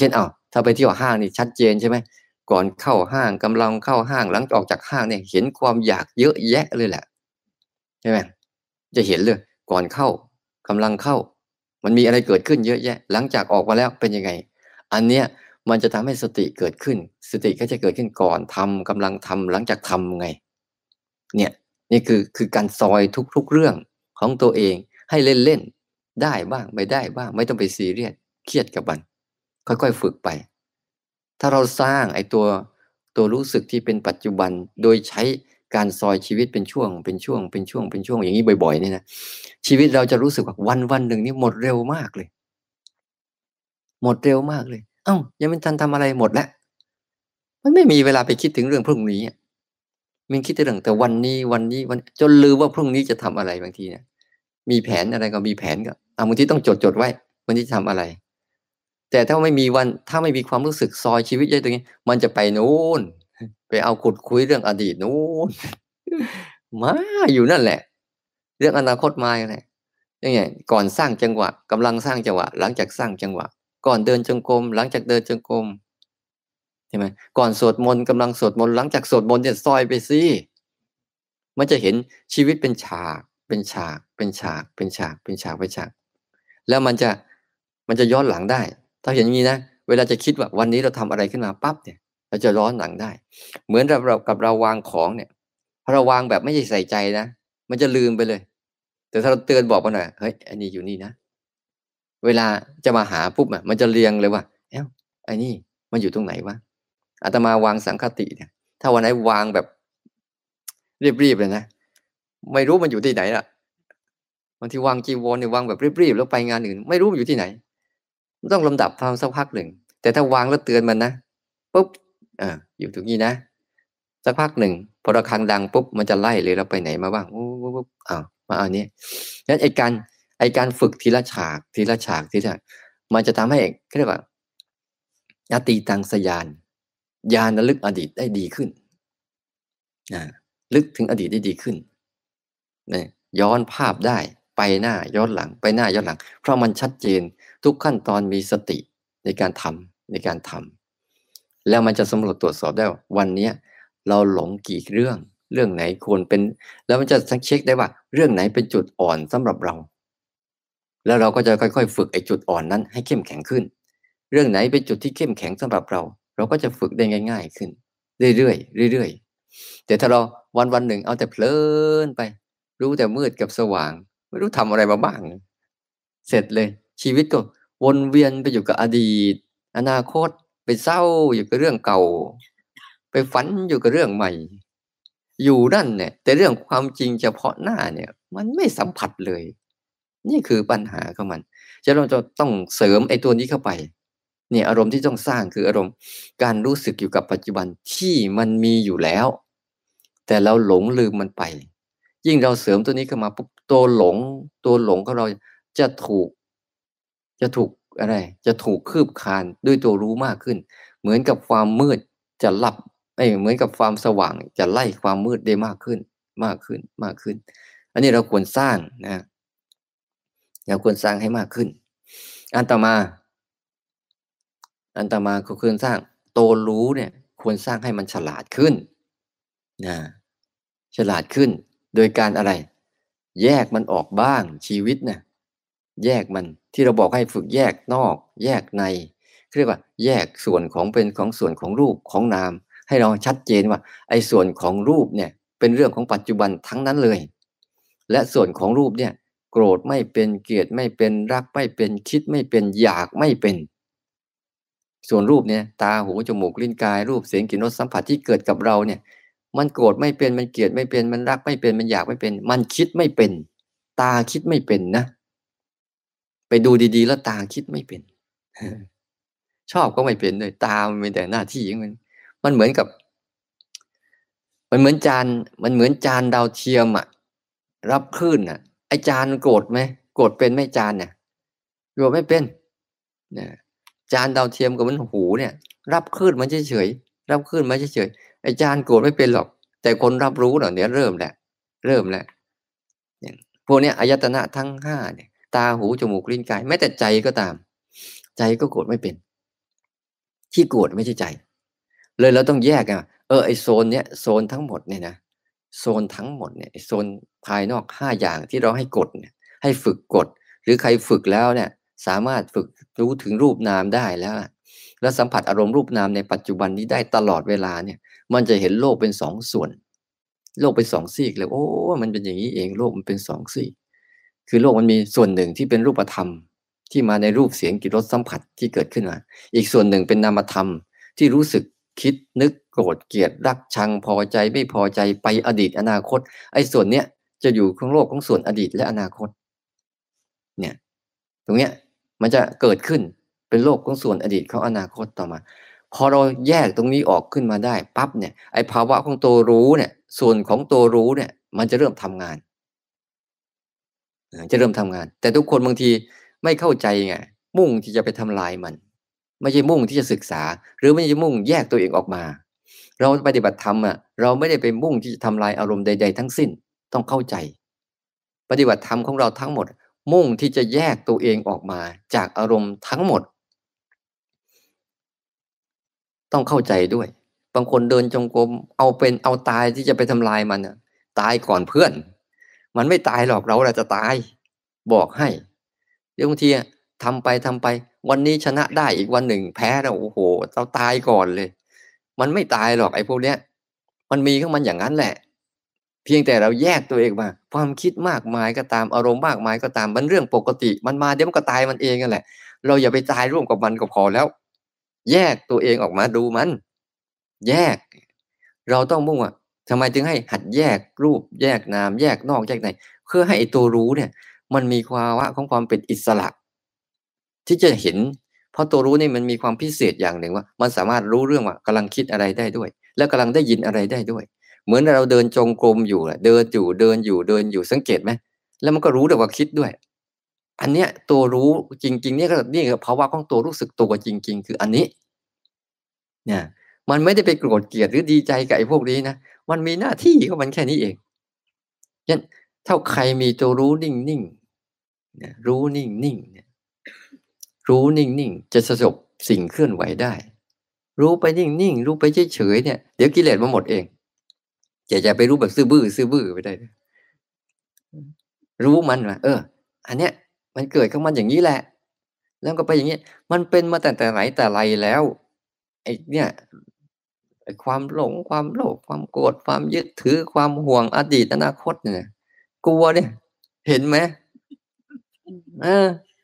ถ้าไปเที่ยวห้างนี่ชัดเจนใช่ไหมก่อนเข้าห้างกำลังเข้าห้างหลังออกจากห้างเนี่ยเห็นความอยากเยอะแยะเลยแหละใช่ไหมจะเห็นเลยก่อนเข้ากำลังเข้ามันมีอะไรเกิดขึ้นเยอะแยะหลังจากออกมาแล้วเป็นยังไงอันเนี้ยมันจะทำให้สติเกิดขึ้นสติก็จะเกิดขึ้นก่อนทำกำลังทำหลังจากทำไงเนี่ยนี่คือคือการซอยทุกๆเรื่องของตัวเองให้เล่นๆได้บ้างไม่ได้บ้างไม่ต้องไปซีเรียสเครียดกับมันค่อยๆฝึกไปถ้าเราสร้างไอ้ตัวตัวรู้สึกที่เป็นปัจจุบันโดยใช้การซอยชีวิตเป็นช่วงเป็นช่วงเป็นช่วงเป็นช่วงอย่างนี้บ่อยๆเนี่ยนะชีวิตเราจะรู้สึกว่าวันวันหนึ่งนี่หมดเร็วมากเลยหมดเร็วมากเลยเอ้ายังไม่ทันทำอะไรหมดแล้วมันไม่มีเวลาไปคิดถึงเรื่องพรุ่งนี้มันคิดแต่เรื่องแต่วันนี้วันนี้วันจนลืมว่าพรุ่งนี้จะทำอะไรบางทีเนี่ยมีแผนอะไรก็มีแผนก็อ่าบางทีต้องจดจดไว้วันนี้จะทำอะไรแต่ถ้าไม่มีวันถ้าไม่มีความรู้สึกซอยชีวิตไว้ตรงนี้มันจะไปนู้นไปเอาขุดคุยเรื่องอดีตนู้นมาอยู่นั่นแหละเรื่องอนาคตมาอย่างไรนี่ไงก่อนสร้างจังหวะกำลังสร้างจังหวะหลังจากสร้างจังหวะก่อนเดินจงกรมหลังจากเดินจงกรมใช่ไหมก่อนสวดมนต์กำลังสวดมนต์หลังจากสวดมนต์เนี่ยซอยไปสิมันจะเห็นชีวิตเป็นฉากเป็นฉากเป็นฉากเป็นฉากเป็นฉากเป็นฉากแล้วมันจะมันจะย้อนหลังได้ถ้าเห็นอย่างนี้นะเวลาจะคิดว่าวันนี้เราทำอะไรขึ้นมาปั๊บเนี่ยเราจะย้อนหลังได้เหมือนเรากับเราวางของเนี่ยพอเราวางแบบไม่ใช่ใส่ใจนะมันจะลืมไปเลยแต่ถ้าเราเตือนบอกมันหน่อยเฮ้ยอันนี้อยู่นี่นะเวลาจะมาหาปุ๊บอ่ะมันจะเรียงเลยว่าเอ้าไอ้นี่มันอยู่ตรงไหนวะอาตมาวางสังคติเนี่ยถ้าวันไหนวางแบบรีบๆเลยนะไม่รู้มันอยู่ที่ไหนล่ะบางทีวางจีวรเนี่ยวางแบบรีบๆแล้วไปงานอื่นไม่รู้มันอยู่ที่ไหนมันต้องลำดับความสักพักหนึ่งแต่ถ้าวางแล้วเตือนมันนะปุ๊บอ่าอยู่ตรงนี้นะสักพักหนึ่งพอระฆังดังปุ๊บมันจะไล่เลยเราไปไหนมาบ้างปุ๊บอ้าวมาเอานี้งั้นไอ้การไอ้การฝึกทีละฉากทีละฉากทีละฉากมันจะทำให้เขาเรียกว่าอตีตังสยานญาณระลึกอดีตได้ดีขึ้นนะลึกถึงอดีตได้ดีขึ้นนะย้อนภาพได้ไปหน้าย้อนหลังไปหน้าย้อนหลังเพราะมันชัดเจนทุกขั้นตอนมีสติในการทำในการทำแล้วมันจะสำรวจตรวจสอบได้ว่าวันนี้เราหลงกี่เรื่องเรื่องไหนควรเป็นแล้วมันจะเช็คได้ว่าเรื่องไหนเป็นจุดอ่อนสำหรับเราแล้วเราก็จะค่อยๆฝึกไอ้จุดอ่อนนั้นให้เข้มแข็งขึ้นเรื่องไหนเป็นจุดที่เข้มแข็งสำหรับเราเราก็จะฝึกได้ง่ายๆขึ้นเรื่อยๆเรื่อยๆแต่ถ้าเราวันวันหนึ่งเอาแต่เพลินไปรู้แต่มืดกับสว่างไม่รู้ทำอะไรมาบ้างเสร็จเลยชีวิตก็วนเวียนไปอยู่กับอดีตอนาคตไปเศร้าอยู่กับเรื่องเก่าไปฝันอยู่กับเรื่องใหม่อยู่นั่นเนี่ยแต่เรื่องความจริงเฉพาะหน้าเนี่ยมันไม่สัมผัสเลยนี่คือปัญหาของมันฉะนั้นเราจะต้องเสริมไอ้ตัวนี้เข้าไปเนี่ยอารมณ์ที่ต้องสร้างคืออารมณ์การรู้สึกอยู่กับปัจจุบันที่มันมีอยู่แล้วแต่เราหลงลืมมันไปยิ่งเราเสริมตัวนี้เข้ามาปุ๊บตัวหลงตัวหลงของเราจะถูกจะถูกอะไรจะถูกคืบคลานด้วยตัวรู้มากขึ้นเหมือนกับความมืดจะลับเอ้ยเหมือนกับความสว่างจะไล่ความมืดได้มากขึ้นมากขึ้นมากขึ้นอันนี้เราควรสร้างนะเราควรสร้างให้มากขึ้นอันต่อมาอันต่อมาก็ควรสร้างตัวรู้เนี่ยควรสร้างให้มันฉลาดขึ้นนะฉลาดขึ้นโดยการอะไรแยกมันออกบ้างชีวิตนะแยกมันที่เราบอกให้ฝึกแยกนอกแยกในเรียกว่าแยกส่วนของเป็นของส่วนของรูปของนามให้เราชัดเจนว่าไอ้ส่วนของรูปเนี่ยเป็นเรื่องของปัจจุบันทั้งนั้นเลยและส่วนของรูปเนี่ยโกรธไม่เป็นเกลียดไม่เป็นรักไม่เป็นคิดไม่เป็นอยากไม่เป็นส่วนรูปเนี่ยตาหูจมูกลิ้นกายรูปเสียงกลิ่นรสสัมผัสที่เกิดกับเราเนี่ยมันโกรธไม่เป็นมันเกลียดไม่เป็นมันรักไม่เป็นมันอยากไม่เป็นมันคิดไม่เป็นตาคิดไม่เป็นนะไปดูดีๆแล้วตาคิดไม่เป็นชอบก็ไม่เป็นเลยตามันเป็นแต่หน้าที่ของมันมันเหมือนกับมันเหมือนจานมันเหมือนจานดาวเทียมอ่ะรับคลื่นอ่ะไอจานโกรธไหมโกรธเป็นไหมจานเนี่ยโกรธไม่เป็นเนี่ยจานดาวเทียมกับมันหูเนี่ยรับคลื่นมันเฉยๆรับคลื่นมันเฉยๆไอจานโกรธไม่เป็นหรอกแต่คนรับรู้เหล่านี้เริ่มแหละเริ่มแล้วเนี่ยพวกเนี้ยอายตนะทั้งห้าเนี่ยตาหูจมูกลิ้นกายแม้แต่ใจก็ตามใจก็โกรธไม่เป็นที่โกรธไม่ใช่ใจเลยเราต้องแยกอะเออไอโซนเนี้ยโซนทั้งหมดเนี่ยนะโซนทั้งหมดเนี่ยไอโซนภายนอกห้าอย่างที่เราให้กดเนี่ยให้ฝึกกดหรือใครฝึกแล้วเนี่ยสามารถฝึกรู้ถึงรูปนามได้แล้วแล้วสัมผัสอารมณ์รูปนามในปัจจุบันนี้ได้ตลอดเวลาเนี่ยมันจะเห็นโลกเป็นสองส่วนโลกเป็นสองซีกเลยโอ้มันเป็นอย่างนี้เองโลกมันเป็นสองซีกคือโลกมันมีส่วนหนึ่งที่เป็นรูปธรรมที่มาในรูปเสียงกลิ่นรสสัมผัสที่เกิดขึ้นมาอีกส่วนหนึ่งเป็นนามธรรมที่รู้สึกคิดนึกโกรธเกลียดรักชังพอใจไม่พอใจไปอดีตอนาคตไอ้ส่วนเนี้ยจะอยู่ของโลกของส่วนอดีตและอนาคตเนี่ยตรงเนี้ยมันจะเกิดขึ้นเป็นโลกของส่วนอดีตของอนาคตต่อมาพอเราแยกตรงนี้ออกขึ้นมาได้ปั๊บเนี่ยไอ้ภาวะของตัวรู้เนี่ยส่วนของตัวรู้เนี่ยมันจะเริ่มทำงานจะเริ่มทำงานแต่ทุกคนบางทีไม่เข้าใจไงมุ่งที่จะไปทำลายมันไม่ใช่มุ่งที่จะศึกษาหรือไม่ใช่มุ่งแยกตัวเองออกมาเราปฏิบัติธรรมอ่ะเราไม่ได้ไปมุ่งที่จะทำลายอารมณ์ใดๆทั้งสิ้นต้องเข้าใจปฏิบัติธรรมของเราทั้งหมดมุ่งที่จะแยกตัวเองออกมาจากอารมณ์ทั้งหมดต้องเข้าใจด้วยบางคนเดินจงกรมเอาเป็นเอาตายที่จะไปทำลายมันตายก่อนเพื่อนมันไม่ตายหรอกเราแหละจะตายบอกให้เดี๋ยวบางทีทำไปทำไปวันนี้ชนะได้อีกวันหนึ่งแพ้แล้วโอ้โหเราตายก่อนเลยมันไม่ตายหรอกไอ้พวกเนี้ยมันมีของมันอย่างนั้นแหละเพียงแต่เราแยกตัวเองมาความคิดมากมายก็ตามอารมณ์มากมายก็ตามมันเรื่องปกติมันมาเดี๋ยวมันก็ตายมันเองนั่นแหละเราอย่าไปตายร่วมกับมันก็พอแล้วแยกตัวเองออกมาดูมันแยกเราต้องมุ่งอ่ะทำไมถึงให้หัดแยกรูปแยกนามแยกนอกแยกในเพื่อให้ไอ้ตัวรู้เนี่ยมันมีภาวะของความเป็นอิสระที่จะเห็นเพราะตัวรู้นี่มันมีความพิเศษอย่างหนึ่งว่ามันสามารถรู้เรื่องว่ากำลังคิดอะไรได้ด้วยแล้วกำลังได้ยินอะไรได้ด้วยเหมือนเราเดินจงกรมอยู่เดินอยู่เดินอยู่เดินอยู่สังเกตไหมแล้วมันก็รู้ด้วยว่าคิดด้วยอันเนี้ยตัวรู้จริงๆเนี่ยก็นี่คือภาวะของตัวรู้สึกตัวจริงๆคืออันนี้เนี่ยมันไม่ได้ไปโกรธเกลียดหรือดีใจกับไอ้พวกนี้นะมันมีหน้าที่ของมันแค่นี้เองยันถ้าใครมีตัวรู้นิ่งๆเนี่ยรู้นิ่งๆเนี่ยรู้นิ่งๆจะสงบสิ่งเคลื่อนไหวได้รู้ไปนิ่งๆรู้ไปเฉยๆเนี่ยเดี๋ยวกิเลสมันหมดเองอย่าอย่าไปรู้แบบซื่อบื้อซื่อบื้อไปได้รู้มันว่าเอออันเนี้ยมันเกิดของมันอย่างนี้แหละแล้วก็ไปอย่างนี้มันเป็นมาแต่แต่ไหนแต่ไรแล้วไอ้เนี่ยไอ้ความหลงความโลภความโกรธความยึดถือความห่วงอดีตอนาคตเนี่ยกลัวเนี่ยเห็นไหมเออ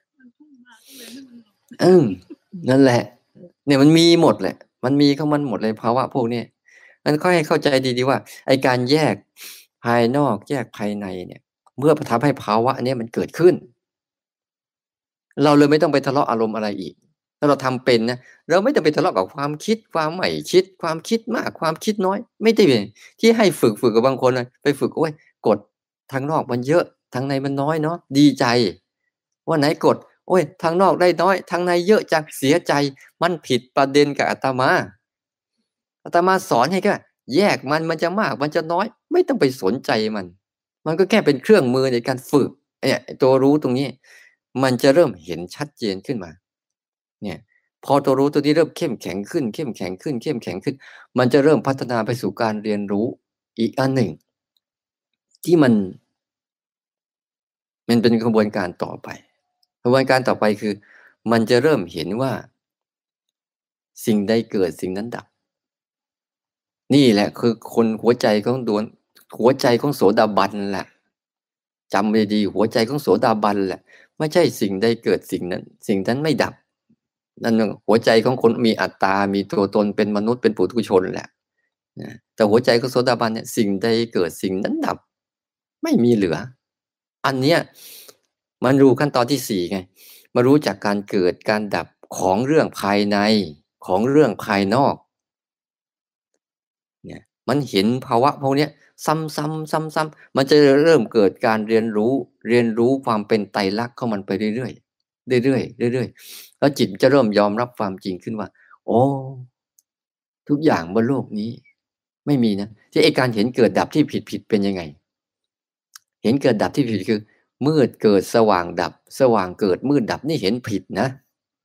อืมนั่นแหละเนี่ยมันมีหมดแหละมันมีของมันหมดเลยภาวะพวกนี้มันก็ให้เข้าใจดีๆว่าไอ้การแยกภายนอกแยกภายในเนี่ยเมื่อทำให้ภาวะเนี้ยมันเกิดขึ้นเราเลยไม่ต้องไปทะเลาะอารมณ์อะไรอีกถ้าเราทำเป็นนะเราไม่ต้องไปทะเลาะกับความคิดความไม่คิดความคิดมากความคิดน้อยไม่ได้เป็นที่ให้ฝึกฝึกกับบางคนนะไปฝึกโอ้ยกดทางนอกมันเยอะทางในมันน้อยเนาะดีใจว่าไหนกดโอ้ยทางนอกได้น้อยทางในเยอะจังเสียใจมันผิดประเด็นกับอาตมาอาตมาสอนให้แค่แยกมันมันจะมากมันจะน้อยไม่ต้องไปสนใจมันมันก็แค่เป็นเครื่องมือในการฝึกเนี่ยตัวรู้ตรงนี้มันจะเริ่มเห็นชัดเจนขึ้นมาเนี่ยพอตัวรู้ตัวนี้เริ่มเข้มแข็งขึ้นเข้มแข็งขึ้นเข้มแข็งขึ้นมันจะเริ่มพัฒนาไปสู่การเรียนรู้อีกอันหนึ่งที่มันมันเป็นกระบวนการต่อไปกระบวนการต่อไปคือมันจะเริ่มเห็นว่าสิ่งใดเกิดสิ่งนั้นดับนี่แหละคือคนหัวใจของดวงหัวใจของโสดาบันแหละจำไว้ดีหัวใจของโสดาบันแหละไม่ใช่สิ่งใดเกิดสิ่งนั้นสิ่งนั้นไม่ดับนั่นหัวใจของคนมีอัตตามีตัวตนเป็นมนุษย์เป็นปุถุชนแหละนะแต่หัวใจของโสดาบันเนี่ยสิ่งใดเกิดสิ่งนั้นดับไม่มีเหลืออันเนี้ยมันรู้ขั้นตอนที่สี่ไงมารู้จากการเกิดการดับของเรื่องภายในของเรื่องภายนอกเนี่ยมันเห็นภาวะพวกนี้ซ้ำๆซ้ำๆมันจะเริ่มเกิดการเรียนรู้เรียนรู้ความเป็นไตรลักษณ์ของมันไปเรื่อยๆเรื่อยๆเรื่อยๆแล้วจิตจะเริ่มยอมรับความจริงขึ้นว่าโอ้ทุกอย่างบนโลกนี้ไม่มีนะที่ไอ้การเห็นเกิดดับที่ผิดๆเป็นยังไงเห็นเกิดดับที่ผิดคือมืดเกิดสว่างดับสว่างเกิดมืดดับนี่เห็นผิดนะ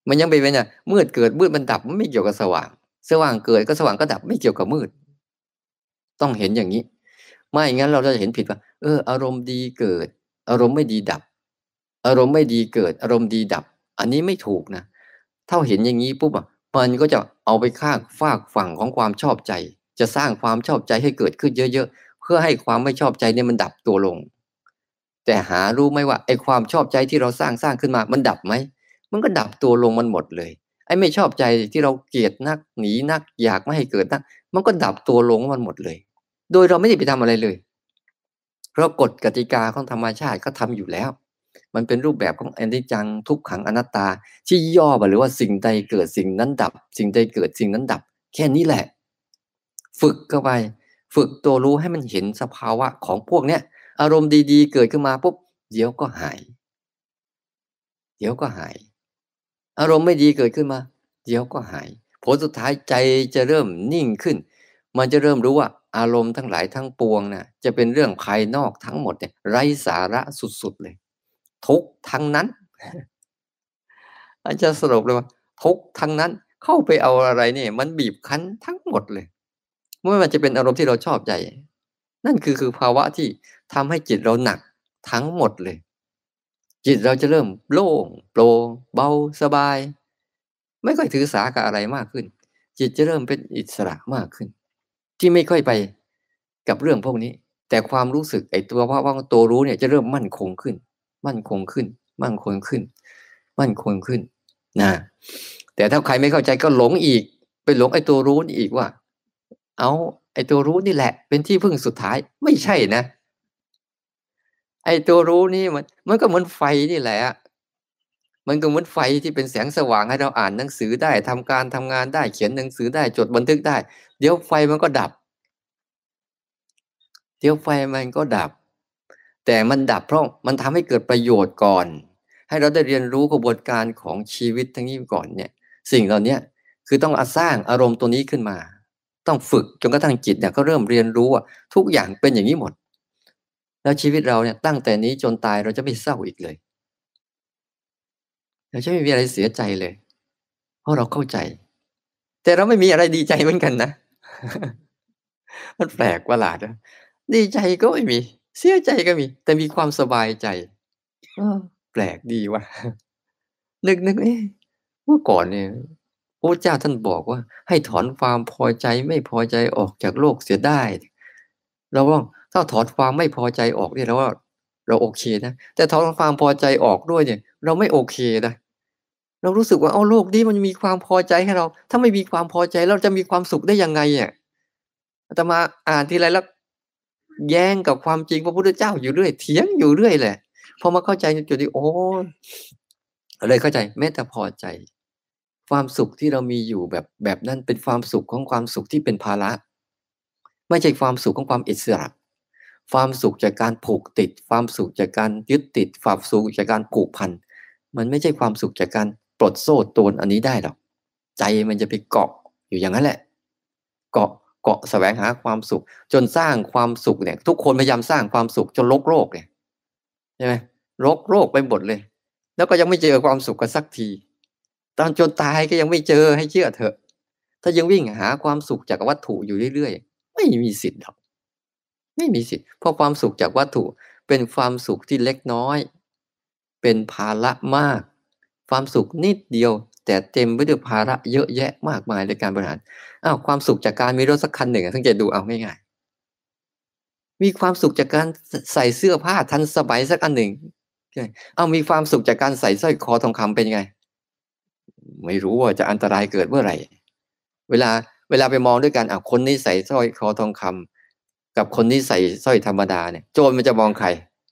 มันยังเป็นเนี่ยมืดเกิดมืดมันดับมันไม่เกี่ยวกับสว่างสว่างเกิดก็สว่างก็ดับไม่เกี่ยวกับมืดต้องเห็นอย่างนี้ไม่งั้นเราจะเห็นผิดว่าเอออารมณ์ดีเกิดอารมณ์ไม่ดีดับอารมณ์ไม่ดีเกิดอารมณ์ดีดับอันนี้ไม่ถูกนะถ้าเห็นอย่างนี้ปุ๊บอ่ะมันก็จะเอาไปข้างฝากฝั่งของความชอบใจจะสร้างความชอบใจให้เกิดขึ้นเยอะๆเพื่อให้ความไม่ชอบใจเนี่ยมันดับตัวลงแต่หารู้ไหมว่าไอ้ความชอบใจที่เราสร้างสร้างขึ้นมามันดับไหมมันก็ดับตัวลงมันหมดเลยไอ้ไม่ชอบใจที่เราเกลียดนักหนีนักอยากไม่ให้เกิดนักมันก็ดับตัวลงมันหมดเลยโดยเราไม่ได้ไปทำอะไรเลยเพราะกฎกติกาของธรรมชาติเขาทำอยู่แล้วมันเป็นรูปแบบของอนิจจังทุกขังอนัตตาที่ย่อมาหรือว่าสิ่งใดเกิดสิ่งนั้นดับสิ่งใดเกิดสิ่งนั้นดับแค่นี้แหละฝึกเข้าไปฝึกตัวรู้ให้มันเห็นสภาวะของพวกเนี้ยอารมณ์ดีๆเกิดขึ้นมาปุ๊บเดี๋ยวก็หายเดี๋ยวก็หายอารมณ์ไม่ดีเกิดขึ้นมาเดี๋ยวก็หายผลสุดท้ายใจจะเริ่มนิ่งขึ้นมันจะเริ่มรู้ว่าอารมณ์ทั้งหลายทั้งปวงน่ะจะเป็นเรื่องภายนอกทั้งหมดเนี่ยไร้สาระสุดๆเลยทุกข์ทั้งนั้นอาจารย์สรุปเลยว่าทุกข์ทั้งนั้นเข้าไปเอาอะไรเนี่ยมันบีบคั้นทั้งหมดเลยไม่ว่าจะเป็นอารมณ์ที่เราชอบใจนั่นคือคือภาวะที่ทำให้จิตเราหนักทั้งหมดเลยจิตเราจะเริ่มโล่งโปร่งเบาสบายไม่ค่อยถือสากับอะไรมากขึ้นจิตจะเริ่มเป็นอิสระมากขึ้นที่ไม่ค่อยไปกับเรื่องพวกนี้แต่ความรู้สึกไอ้ตัวว่าว่าตัวรู้เนี่ยจะเริ่มมั่นคงขึ้นมั่นคงขึ้นมั่นคงขึ้นมั่นคงขึ้นนะแต่ถ้าใครไม่เข้าใจก็หลงอีกไปหลงไอ้ตัวรู้นี่อีกว่าเอาไอ้ตัวรู้นี่แหละเป็นที่พึ่งสุดท้ายไม่ใช่นะไอ้ตัวรู้นี่มันมันก็เหมือนไฟนี่แหละมันก็เหมือนไฟที่เป็นแสงสว่างให้เราอ่านหนังสือได้ทำการทำงานได้เขียนหนังสือได้จดบันทึกได้เดี๋ยวไฟมันก็ดับเดี๋ยวไฟมันก็ดับแต่มันดับเพราะมันทำให้เกิดประโยชน์ก่อนให้เราได้เรียนรู้กระบวนการของชีวิตทั้งนี้ก่อนเนี่ยสิ่งเหล่านี้คือต้องสร้างอารมณ์ตัวนี้ขึ้นมาต้องฝึกจนกระทั่งจิตเนี่ยก็เริ่มเรียนรู้ว่าทุกอย่างเป็นอย่างนี้หมดแล้วชีวิตเราเนี่ยตั้งแต่นี้จนตายเราจะไม่เศร้าอีกเลยเราจะไม่มีอะไรเสียใจเลยเพราะเราเข้าใจแต่เราไม่มีอะไรดีใจเหมือนกันนะมันแปลกประหลาดนะดีใจก็ไม่มีเสียใจก็มีแต่มีความสบายใจเออแปลกดีว่ะนึกๆเอ๊ะเมื่อก่อนเนี่ยพระพุทธเจ้าท่านบอกว่าให้ถอนความพอใจไม่พอใจออกจากโลกเสียได้เราว่าถ้าถอนความไม่พอใจออกเนี่ยเราว่าเราโอเคนะแต่ถอนความพอใจออกด้วยเนี่ยเราไม่โอเคนะเรารู้สึกว่าอ้าวโลกนี้มันมีความพอใจให้เราถ้าไม่มีความพอใจเราจะมีความสุขได้ยังไงอะอาตมาอ่านทีไรแล้วแย้งกับความจริงพระพุทธเจ้าอยู่เรื่อยเถียงอยู่เรื่อยแหละพอมาเข้าใจในจุดที่โอ้เลยเข้าใจแม้แต่พอใจความสุขที่เรามีอยู่แบบแบบนั้นเป็นความสุขของความสุขที่เป็นภาระไม่ใช่ความสุขของความอิสระความสุขจากการผูกติดความสุขจากการยึดติดความสุขจากการผูกพันมันไม่ใช่ความสุขจากการปลดโซ่ตรวนอันนี้ได้หรอกใจมันจะไปเกาะอยู่อย่างนั้นแหละเกาะเกาะแสวงหาความสุขจนสร้างความสุขเนี่ยทุกคนพยายามสร้างความสุขจนรกโลกเนี่ยใช่ไหมรกโลกไปหมดเลยแล้วก็ยังไม่เจอความสุขกันสักทีตอนจนตายก็ยังไม่เจอให้เชื่อเถอะถ้ายังวิ่งหาความสุขจากวัตถุอยู่เรื่อยๆไม่มีสิทธิ์หรอกไม่มีสิทธิ์เพราะความสุขจากวัตถุเป็นความสุขที่เล็กน้อยเป็นภาระมากความสุขนิดเดียวแต่เต็มไปด้วยภาระเยอะแยะมากมายในการบริหารอ้าวความสุขจากการมีรถสักคันหนึ่งสังเกตดูเอาง่ายๆมีความสุขจากการใส่เสื้อผ้าทันสมัยสักอันหนึ่งเอามีความสุขจากการใส่สร้อยคอทองคำเป็นไงไม่รู้ว่าจะอันตรายเกิดเมื่อไหร่เวลาเวลาไปมองด้วยกันอ่ะคนนี้ใส่สร้อยคอทองคำกับคนนี้ใส่สร้อยธรรมดาเนี่ยโจรมันจะมองใคร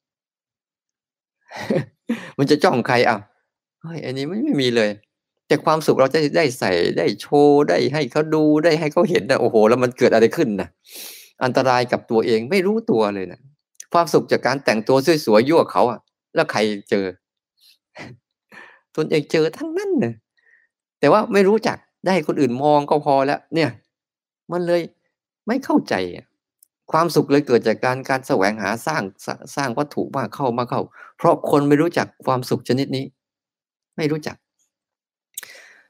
มันจะจ้องใครอ่ะเฮ้ยอันนี้ไม่ไม่มีเลยแต่ความสุขเราจะได้ใส่ได้โชว์ได้ให้เขาดูได้ให้เขาเห็นนะโอ้โหแล้วมันเกิดอะไรขึ้นนะอันตรายกับตัวเองไม่รู้ตัวเลยนะความสุขจากการแต่งตัวสวยๆยั่วเขาอ่ะแล้วใครเจอตนเองเจอทั้งนั้นเลยแต่ว่าไม่รู้จักได้คนอื่นมองก็พอแล้วเนี่ยมันเลยไม่เข้าใจอะความสุขเลยเกิดจากการการแสวงหาสร้างสสร้างวัตถุมากเข้ามากเข้าเพราะคนไม่รู้จักความสุขชนิดนี้ไม่รู้จัก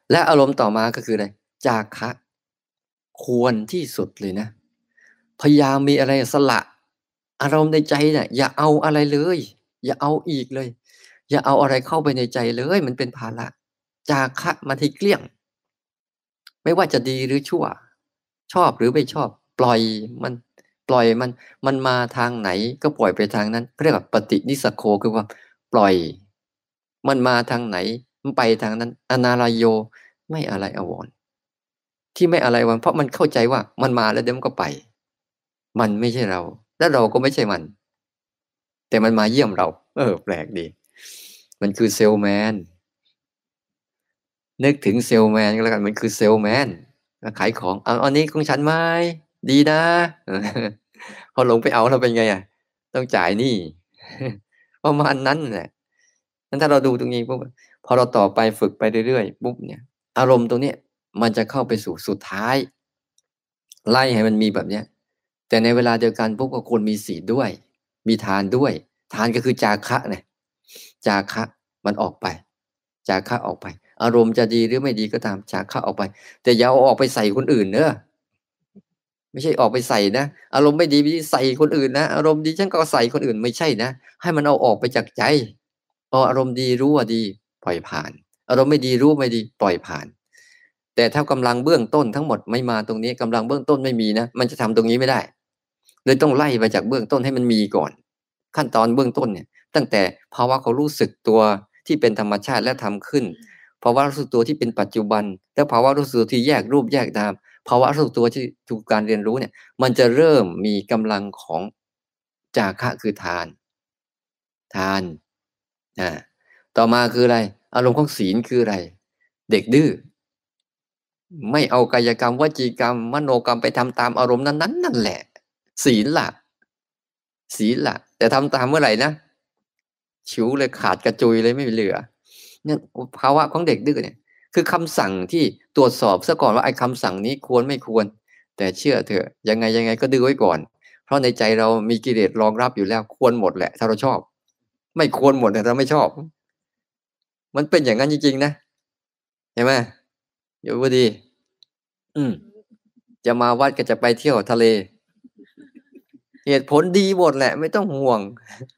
และอารมณ์ต่อมาก็คืออะไรจาคะควรที่สุดเลยนะพยายามมีอะไรสละอารมณ์ในใจเนี่ยอย่าเอาอะไรเลยอย่าเอาอีกเลยอย่าเอาอะไรเข้าไปในใจเลยมันเป็นภาระจาคะมันให้เกลี้ยงไม่ว่าจะดีหรือชั่วชอบหรือไม่ชอบปล่อยมันปล่อยมันมันมาทางไหนก็ปล่อยไปทางนั้นเรียกว่าปฏินิสสโคคือว่าปล่อยมันมาทางไหนมันไปทางนั้นอนาลายโยไม่อะไรอาวรณ์ที่ไม่อะไรวันเพราะมันเข้าใจว่ามันมาแล้วเดี๋ยวมันก็ไปมันไม่ใช่เราและเราก็ไม่ใช่มันแต่มันมาเยี่ยมเราเออแปลกดีมันคือเซลแมนนึกถึงเซลแมนก็แล้วกันมันคือเซลแมนขายของเอาอันนี้ของฉันไหมดีนะพอลงไปเอาเราเป็นไงอ่ะต้องจ่ายหนี้ประมาณนั้นแหละงั้นถ้าเราดูตรงนี้ปุ๊บพอเราต่อไปฝึกไปเรื่อยๆปุ๊บเนี่ยอารมณ์ตรงนี้มันจะเข้าไปสู่สุดท้ายไล่ให้มันมีแบบเนี้ยแต่ในเวลาเดียวกันปุ๊บก็ควรมีศีลด้วยมีทานด้วยทานก็คือจาคะเนี่ยจาคะมันออกไปจาคะออกไปอารมณ์จะดีหรือไม่ดีก็ตามจาคะออกไปแต่อย่าเอาออกไปใส่คนอื่นเนอะไม่ใช่ออกไปใส่นะอารมณ์ไม่ดีไม่ใส่คนอื่นนะอารมณ์ดีฉันก็ใส่คนอื่นไม่ใช่นะให้มันเอาออกไปจากใจพออารมณ์ดีรู้ว่าดีปล่อยผ่านอารมณ์ไม่ดีรู้ไม่ดีปล่อยผ่านแต่ถ้ากำลังเบื้องต้นทั้งหมดไม่มาตรงนี้กำลังเบื้องต้นไม่มีนะมันจะทำตรงนี้ไม่ได้เลยต้องไล่ไปจากเบื้องต้นให้มันมีก่อนขั้นตอนเบื้องต้นเนี่ยตั้งแต่ภาวะเขารู้สึกตัวที่เป็นธรรมชาติและทำขึ้นภาวะรู้สึกตัวที่เป็นปัจจุบันและภาวะรู้สึกตัวที่แยกรูปแยกนามภาวะรู้สึกตัวที่ถูกการเรียนรู้เนี่ยมันจะเริ่มมีกำลังของจาคะคือทานทานอ่าต่อมาคืออะไรอารมณ์ของศีลคืออะไรเด็กดื้อไม่เอากายกรรมวจีกรรมมโนกรรมไปทำตามอารมณ์นั้นๆนั่นแหละศีลล่ะศีลล่ะแต่ทำตามเมื่อไหร่นะฉิวเลยขาดกระจุยเลยไม่เหลือเนี่ยภาวะของเด็กดื้อเนี่ยคือคำสั่งที่ตรวจสอบซะก่อนว่าไอ้คำสั่งนี้ควรไม่ควรแต่เชื่อเถอะยังไงยังไงก็ดื้อไว้ก่อนเพราะในใจเรามีกิเลสรองรับอยู่แล้วควรหมดแหละถ้าเราชอบไม่ควรหมดแต่เราไม่ชอบมันเป็นอย่างนั้นจริงๆนะเห็นไหมอยู่พอดีอืมจะมาวัดก็จะไปเที่ยวทะเลเหตุผลดีหมดแหละไม่ต้องห่วง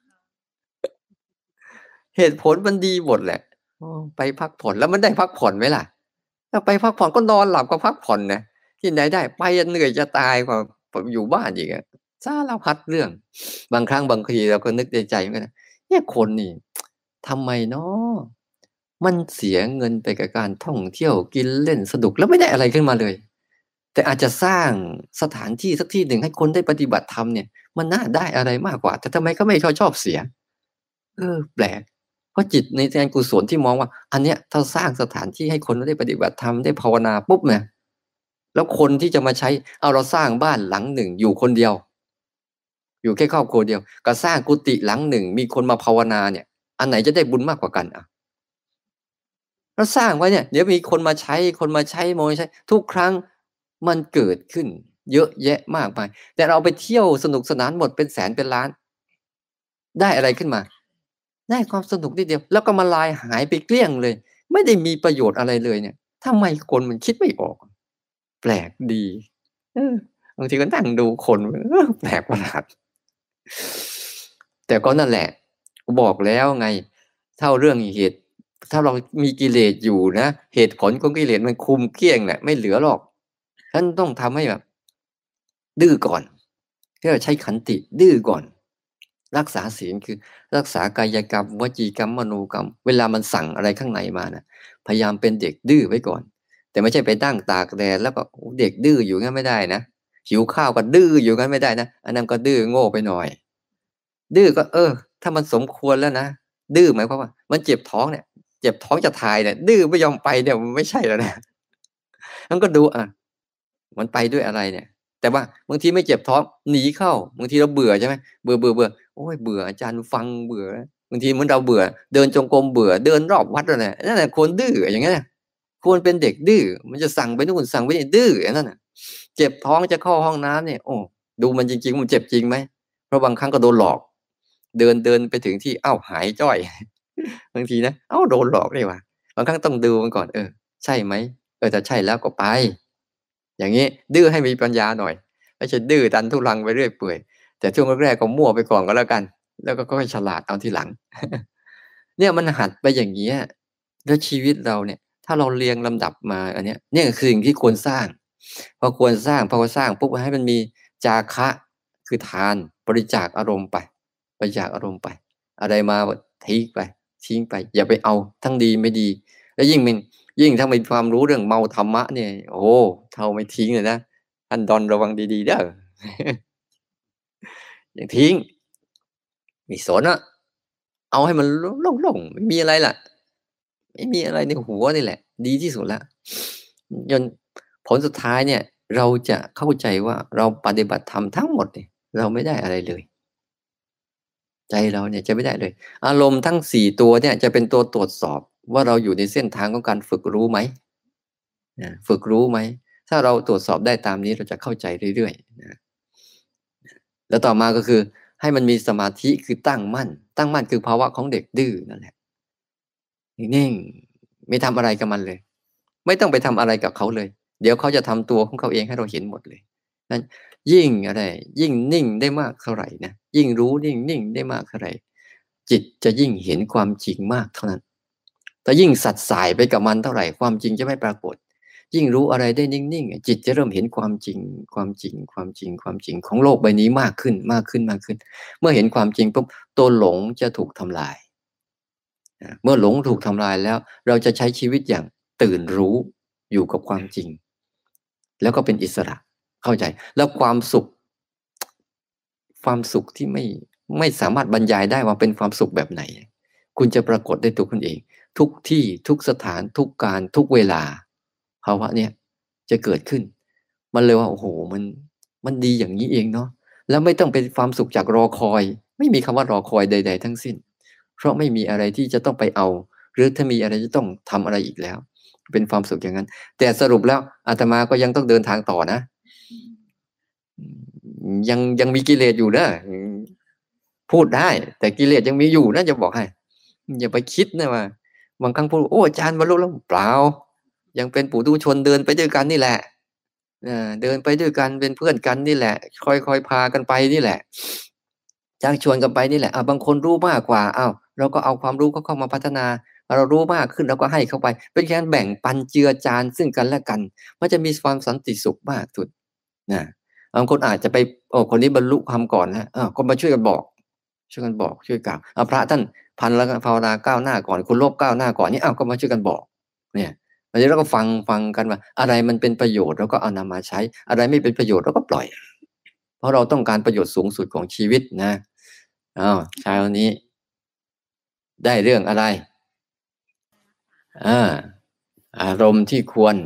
เหตุผลมันดีหมดแหละอ้อไปพักผ่อนแล้วมันได้พักผ่อนไหมล่ะถ้าไปพักผ่อนก็นอนหลับก็พักผ่อนนะที่ไหนได้ไปอะเหนื่อยจะตายกว่าปอยู่บ้านอีกอะสารพัดเรื่องบางครั้งบางทีเราก็นึกในใจเหมือนกันนะเนี่ยคนนี่ทำไมเนาะมันเสียเงินไปกับการท่องเที่ยวกินเล่นสนุกแล้วไม่ได้อะไรขึ้นมาเลยแต่อาจจะสร้างสถานที่สักที่หนึ่งให้คนได้ปฏิบัติธรรมเนี่ยมันน่าได้อะไรมากกว่าแต่ทำไมเขาไม่ชอบชอบเสียเออแปลกเพราะจิตในแดนกุศลที่มองว่าอันเนี้ยถ้าสร้างสถานที่ให้คนได้ปฏิบัติธรรมได้ภาวนาปุ๊บเนี่ยแล้วคนที่จะมาใช้เอาเราสร้างบ้านหลังหนึ่งอยู่คนเดียวอยู่แค่ครอบครัวเดียวกับสร้างกุฏิหลังหนึ่งมีคนมาภาวนาเนี่ยอันไหนจะได้บุญมากกว่ากันอ่ะแล้วสร้างไว้เนี่ยเดี๋ยวมีคนมาใช้คนมาใช้โมยใช้ทุกครั้งมันเกิดขึ้นเยอะแยะมากมายแต่เราไปเที่ยวสนุกสนานหมดเป็นแสนเป็นล้านได้อะไรขึ้นมาได้ความสนุกนิดเดียวแล้วก็มาลายหายไปเกลี้ยงเลยไม่ได้มีประโยชน์อะไรเลยเนี่ยทำไมคนมันคิดไม่ออกแปลกดีเออบางทีก็นั่งดูคนเออแปลกประหลาดแต่ก็นั่นแหละบอกแล้วไงเท่าเรื่องเหตุถ้าเรามีกิเลสอยู่นะเหตุผลของกิเลสมันคุมเกลี้ยงน่ะไม่เหลือหรอกท่านต้องทำให้แบบดื้อก่อนที่เราใช้ขันติดื้อก่อนรักษาศีลคือรักษากายกรรมวจีกรรมมโนกรรมเวลามันสั่งอะไรข้างในมานะพยายามเป็นเด็กดื้อไว้ก่อนแต่ไม่ใช่ไปตั้งตากแดดแล้วก็เด็กดื้ออยู่งั้นไม่ได้นะหิวข้าวก็ดื้ออยู่งั้นไม่ได้นะอันนั้นก็ดื้อโง่ไปหน่อยดื้อก็เออถ้ามันสมควรแล้วนะดื้อหมายความว่ามันเจ็บท้องเนี่ยเจ็บท้องจะถ่ายเนี่ยดื้อไม่ยอมไปเนี่ยมันไม่ใช่แล้วนะมันก็ดูอ่ะ มันไปด้วยอะไรเนี่ยแต่ว่าบางทีไม่เจ็บท้องหนีเข้าบางทีเราเบื่อใช่ไหมเบื่อเบื่อเบื่อโอ้ยเบื่ออาจารย์ฟังเบื่อบางทีเหมือนเราเบื่อเดินจงกรมเบื่อเดินรอบวัดนั่นแหละนั่นแหละคนดื้ออย่างนั้นน่ะควรเป็นเด็กดื้อมันจะสั่งไปนู่นสั่งไปนี่ดื้ออย่างนั้นน่ะเจ็บท้องจะเข้าห้องน้ำเนี่ยโอ้ดูมันจริงๆมันเจ็บจริงไหมเพราะบางครั้งก็โดนหลอกเดินเดินไปถึงที่อ้าวหายจ้อยบางทีนะอ้าวโดนหลอกนี่หว่าบางครั้งต้องดูมันก่อนเออใช่ไหมเออถ้าใช่แล้วก็ไปอย่างงี้ดื้อให้มีปัญญาหน่อยไม่ใช่ดื้อดันทุรังไปเรื่อยเปื่อยแต่ช่วงแรกๆก็มั่วไปก่อนก็แล้วกันแล้วก็ค่อยฉลาดเอาทีหลังเนี่ยมันหัดไปอย่างเงี้ยแล้วชีวิตเราเนี่ยถ้าเราเรียงลำดับมาอันเนี้ยเนี่ยคือสิ่งที่ควรสร้างพอควรสร้างพอสร้างปุ๊บให้มันมีจาคะคือทานบริจาคอารมณ์ไปบริจาคอารมณ์ไปอะไรมาทิ้งไปทิ้งไปอย่าไปเอาทั้งดีไม่ดีแล้วยิ่งมันยิ่งถ้ามีความรู้เรื่องเมาธรรมะเนี่ยโอ้เท่าไม่ทิ้งเลยนะท่านดอนระวังดีๆเด้ออย่าทิ้งไม่สนอะเอาให้มันโล่งๆไม่มีอะไรล่ะไม่มีอะไรในหัวนี่แหละดีที่สุดแล้วจนผลสุดท้ายเนี่ยเราจะเข้าใจว่าเราปฏิบัติธรรมทั้งหมดเนี่ยเราไม่ได้อะไรเลยใจเราเนี่ยจะไม่ได้เลยอารมณ์ทั้งสี่ตัวเนี่ยจะเป็นตัวตรวจสอบว่าเราอยู่ในเส้นทางของการฝึกรู้ไหมนะฝึกรู้ไหมถ้าเราตรวจสอบได้ตามนี้เราจะเข้าใจเรื่อยๆนะ แล้วต่อมาก็คือให้มันมีสมาธิคือตั้งมั่นตั้งมั่นคือภาวะของเด็กดื้อนั่นแหละนิ่งๆไม่ทำอะไรกับมันเลยไม่ต้องไปทำอะไรกับเขาเลยเดี๋ยวเขาจะทำตัวของเขาเองให้เราเห็นหมดเลยนั้นยิ่งอะไรยิ่งนิ่งได้มากเท่าไหร่นะยิ่งรู้ยิ่งนิ่งได้มากเท่าไหร่จิตจะยิ่งเห็นความจริงมากเท่านั้นแต่ยิ่งสัตย์สายไปกับมันเท่าไหร่ความจริงจะไม่ปรากฏยิ่งรู้อะไรได้นิ่งๆจิตจะเริ่มเห็นความจริงความจริงความจริงความจริงของโลกใบนี้มากขึ้นมากขึ้นมากขึ้นเมื่อเห็นความจริงปุ๊บตัวหลงจะถูกทำลายเมื่อหลงถูกทำลายแล้วเราจะใช้ชีวิตอย่างตื่นรู้อยู่กับความจริงแล้วก็เป็นอิสระเข้าใจแล้วความสุขความสุขที่ไม่ไม่สามารถบรรยายได้ว่าเป็นความสุขแบบไหนคุณจะปรากฏได้ตัวคุณเองทุกที่ทุกสถานทุกการทุกเวลาภาวะเนี้ยจะเกิดขึ้นมันเลยว่าโอ้โหมันมันดีอย่างนี้เองเนาะแล้วไม่ต้องเป็นความสุขจากรอคอยไม่มีคำว่ารอคอยใดๆทั้งสิ้นเพราะไม่มีอะไรที่จะต้องไปเอาหรือถ้ามีอะไรจะต้องทำอะไรอีกแล้วเป็นความสุขอย่างนั้นแต่สรุปแล้วอาตมาก็ยังต้องเดินทางต่อนะยังยังมีกิเลสอยู่นะพูดได้แต่กิเลสยังมีอยู่นะจะบอกให้อย่าไปคิดนะว่าบางครั้งพูดโอ้อาจารย์บรรลุแล้วเปล่ายังเป็นปุถุชนเดินไปด้วยกันนี่แหละเดินไปด้วยกันเป็นเพื่อนกันนี่แหละค่อยๆพากันไปนี่แหละชักชวนกันไปนี่แหละบางคนรู้มากกว่าอ้าวเราก็เอาความรู้เขาเข้ามาพัฒนาเรารู้มากขึ้นเราก็ให้เข้าไปเป็นการแบ่งปันเจือจานซึ่งกันและกันมันจะมีความสันติสุขมากสุดนะบางคนอาจจะไปโอ้คนนี้บรรลุธรรมก่อนแล้วก็มาช่วยกันบอกช่วยกันบอกช่วยกล่าวพระท่านพันแล้วภาวนาก้าวหน้าก่อนคุณโลภก้าวหน้าก่อนนี่อ้าวก็มาช่วยกันบอกเนี่ยวันนี้เราก็ฟังฟังกันว่าอะไรมันเป็นประโยชน์เราก็เอานำมาใช้อะไรไม่เป็นประโยชน์เราก็ปล่อยเพราะเราต้องการประโยชน์สูงสุดของชีวิตนะอ้าวเช้านี้ได้เรื่องอะไรอ่าอารมณ์ที่ควร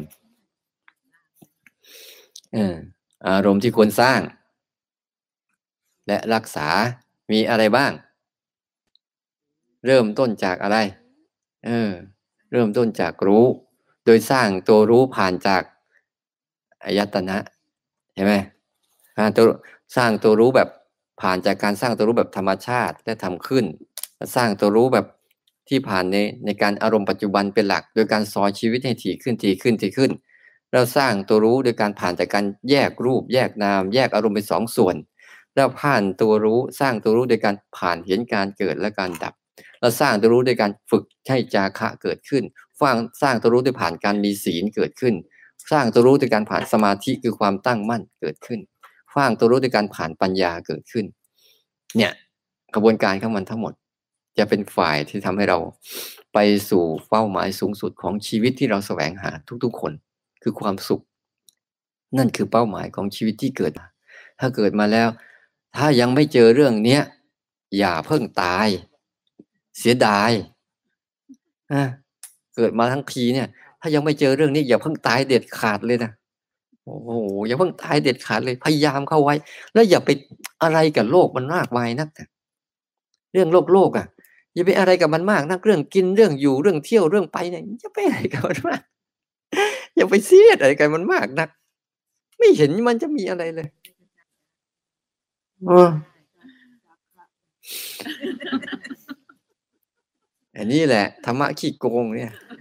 เอออารมณ์ที่ควรสร้างและรักษามีอะไรบ้างเริ่มต้นจากอะไรเออเริ่มต้นจากรู้โดยสร้างตัวรู้ผ่านจากอายตนะใช่ไหมตัวสร้างตัวรู้แบบผ่านจากการสร้างตัวรู้แบบธรรมชาติและทำขึ้นสร้างตัวรู้แบบที่ผ่านในในการอารมณ์ปัจจุบันเป็นหลักโดยการสอนชีวิตให้ถี่ขึ้นถี่ขึ้นถี่ขึ้นเราสร้างตัวรู้โดยการผ่านจากการแยกรูปแยกนามแยกอารมณ์เป็นสองส่วนแล้วผ่านตัวรู้สร้างตัวรู้โดยการผ่านเห็นการเกิดและการดับเราสร้างตัวรู้โดยการฝึกให้จาคะเกิดขึ้นสร้างสร้างตัวรู้โดยผ่านการมีศีลเกิดขึ้นสร้างตัวรู้โดยการผ่านสมาธิคือความตั้งมั่นเกิดขึ้นสร้างตัวรู้โดยการผ่านปัญญาเกิดขึ้นเนี่ยกระบวนการของมันทั้งหมดจะเป็นฝ่ายที่ทำให้เราไปสู่เป้าหมายสูงสุดของชีวิตที่เราแสวงหาทุกๆคนคือความสุขนั่นคือเป้าหมายของชีวิตที่เกิดมาถ้าเกิดมาแล้วถ้ายังไม่เจอเรื่องเนี้ยอย่าเพิ่งตายเสียดายนะเกิดมาทั้งทีเนี่ยถ้ายังไม่เจอเรื่องนี้อย่าเพิ่งตายเด็ดขาดเลยนะโอ้โหอย่าเพิ่งตายเด็ดขาดเลยพยายามเข้าไว้แล้วอย่าไปอะไรกับโลกมันมากมายนักเรื่องโลกโลกอ่ะอย่าไปอะไรกับมันมากนักเรื่องกินเรื่องอยู่เรื่องเที่ยวเรื่องไปเนี่ยอย่าไปอะไรกับมันมากอย่าไปซีเรียสอะไรกับมันมากนักไม่เห็นมันจะมีอะไรเลยเอออันนี้แหละธรรมะขี้โกงเนี่ย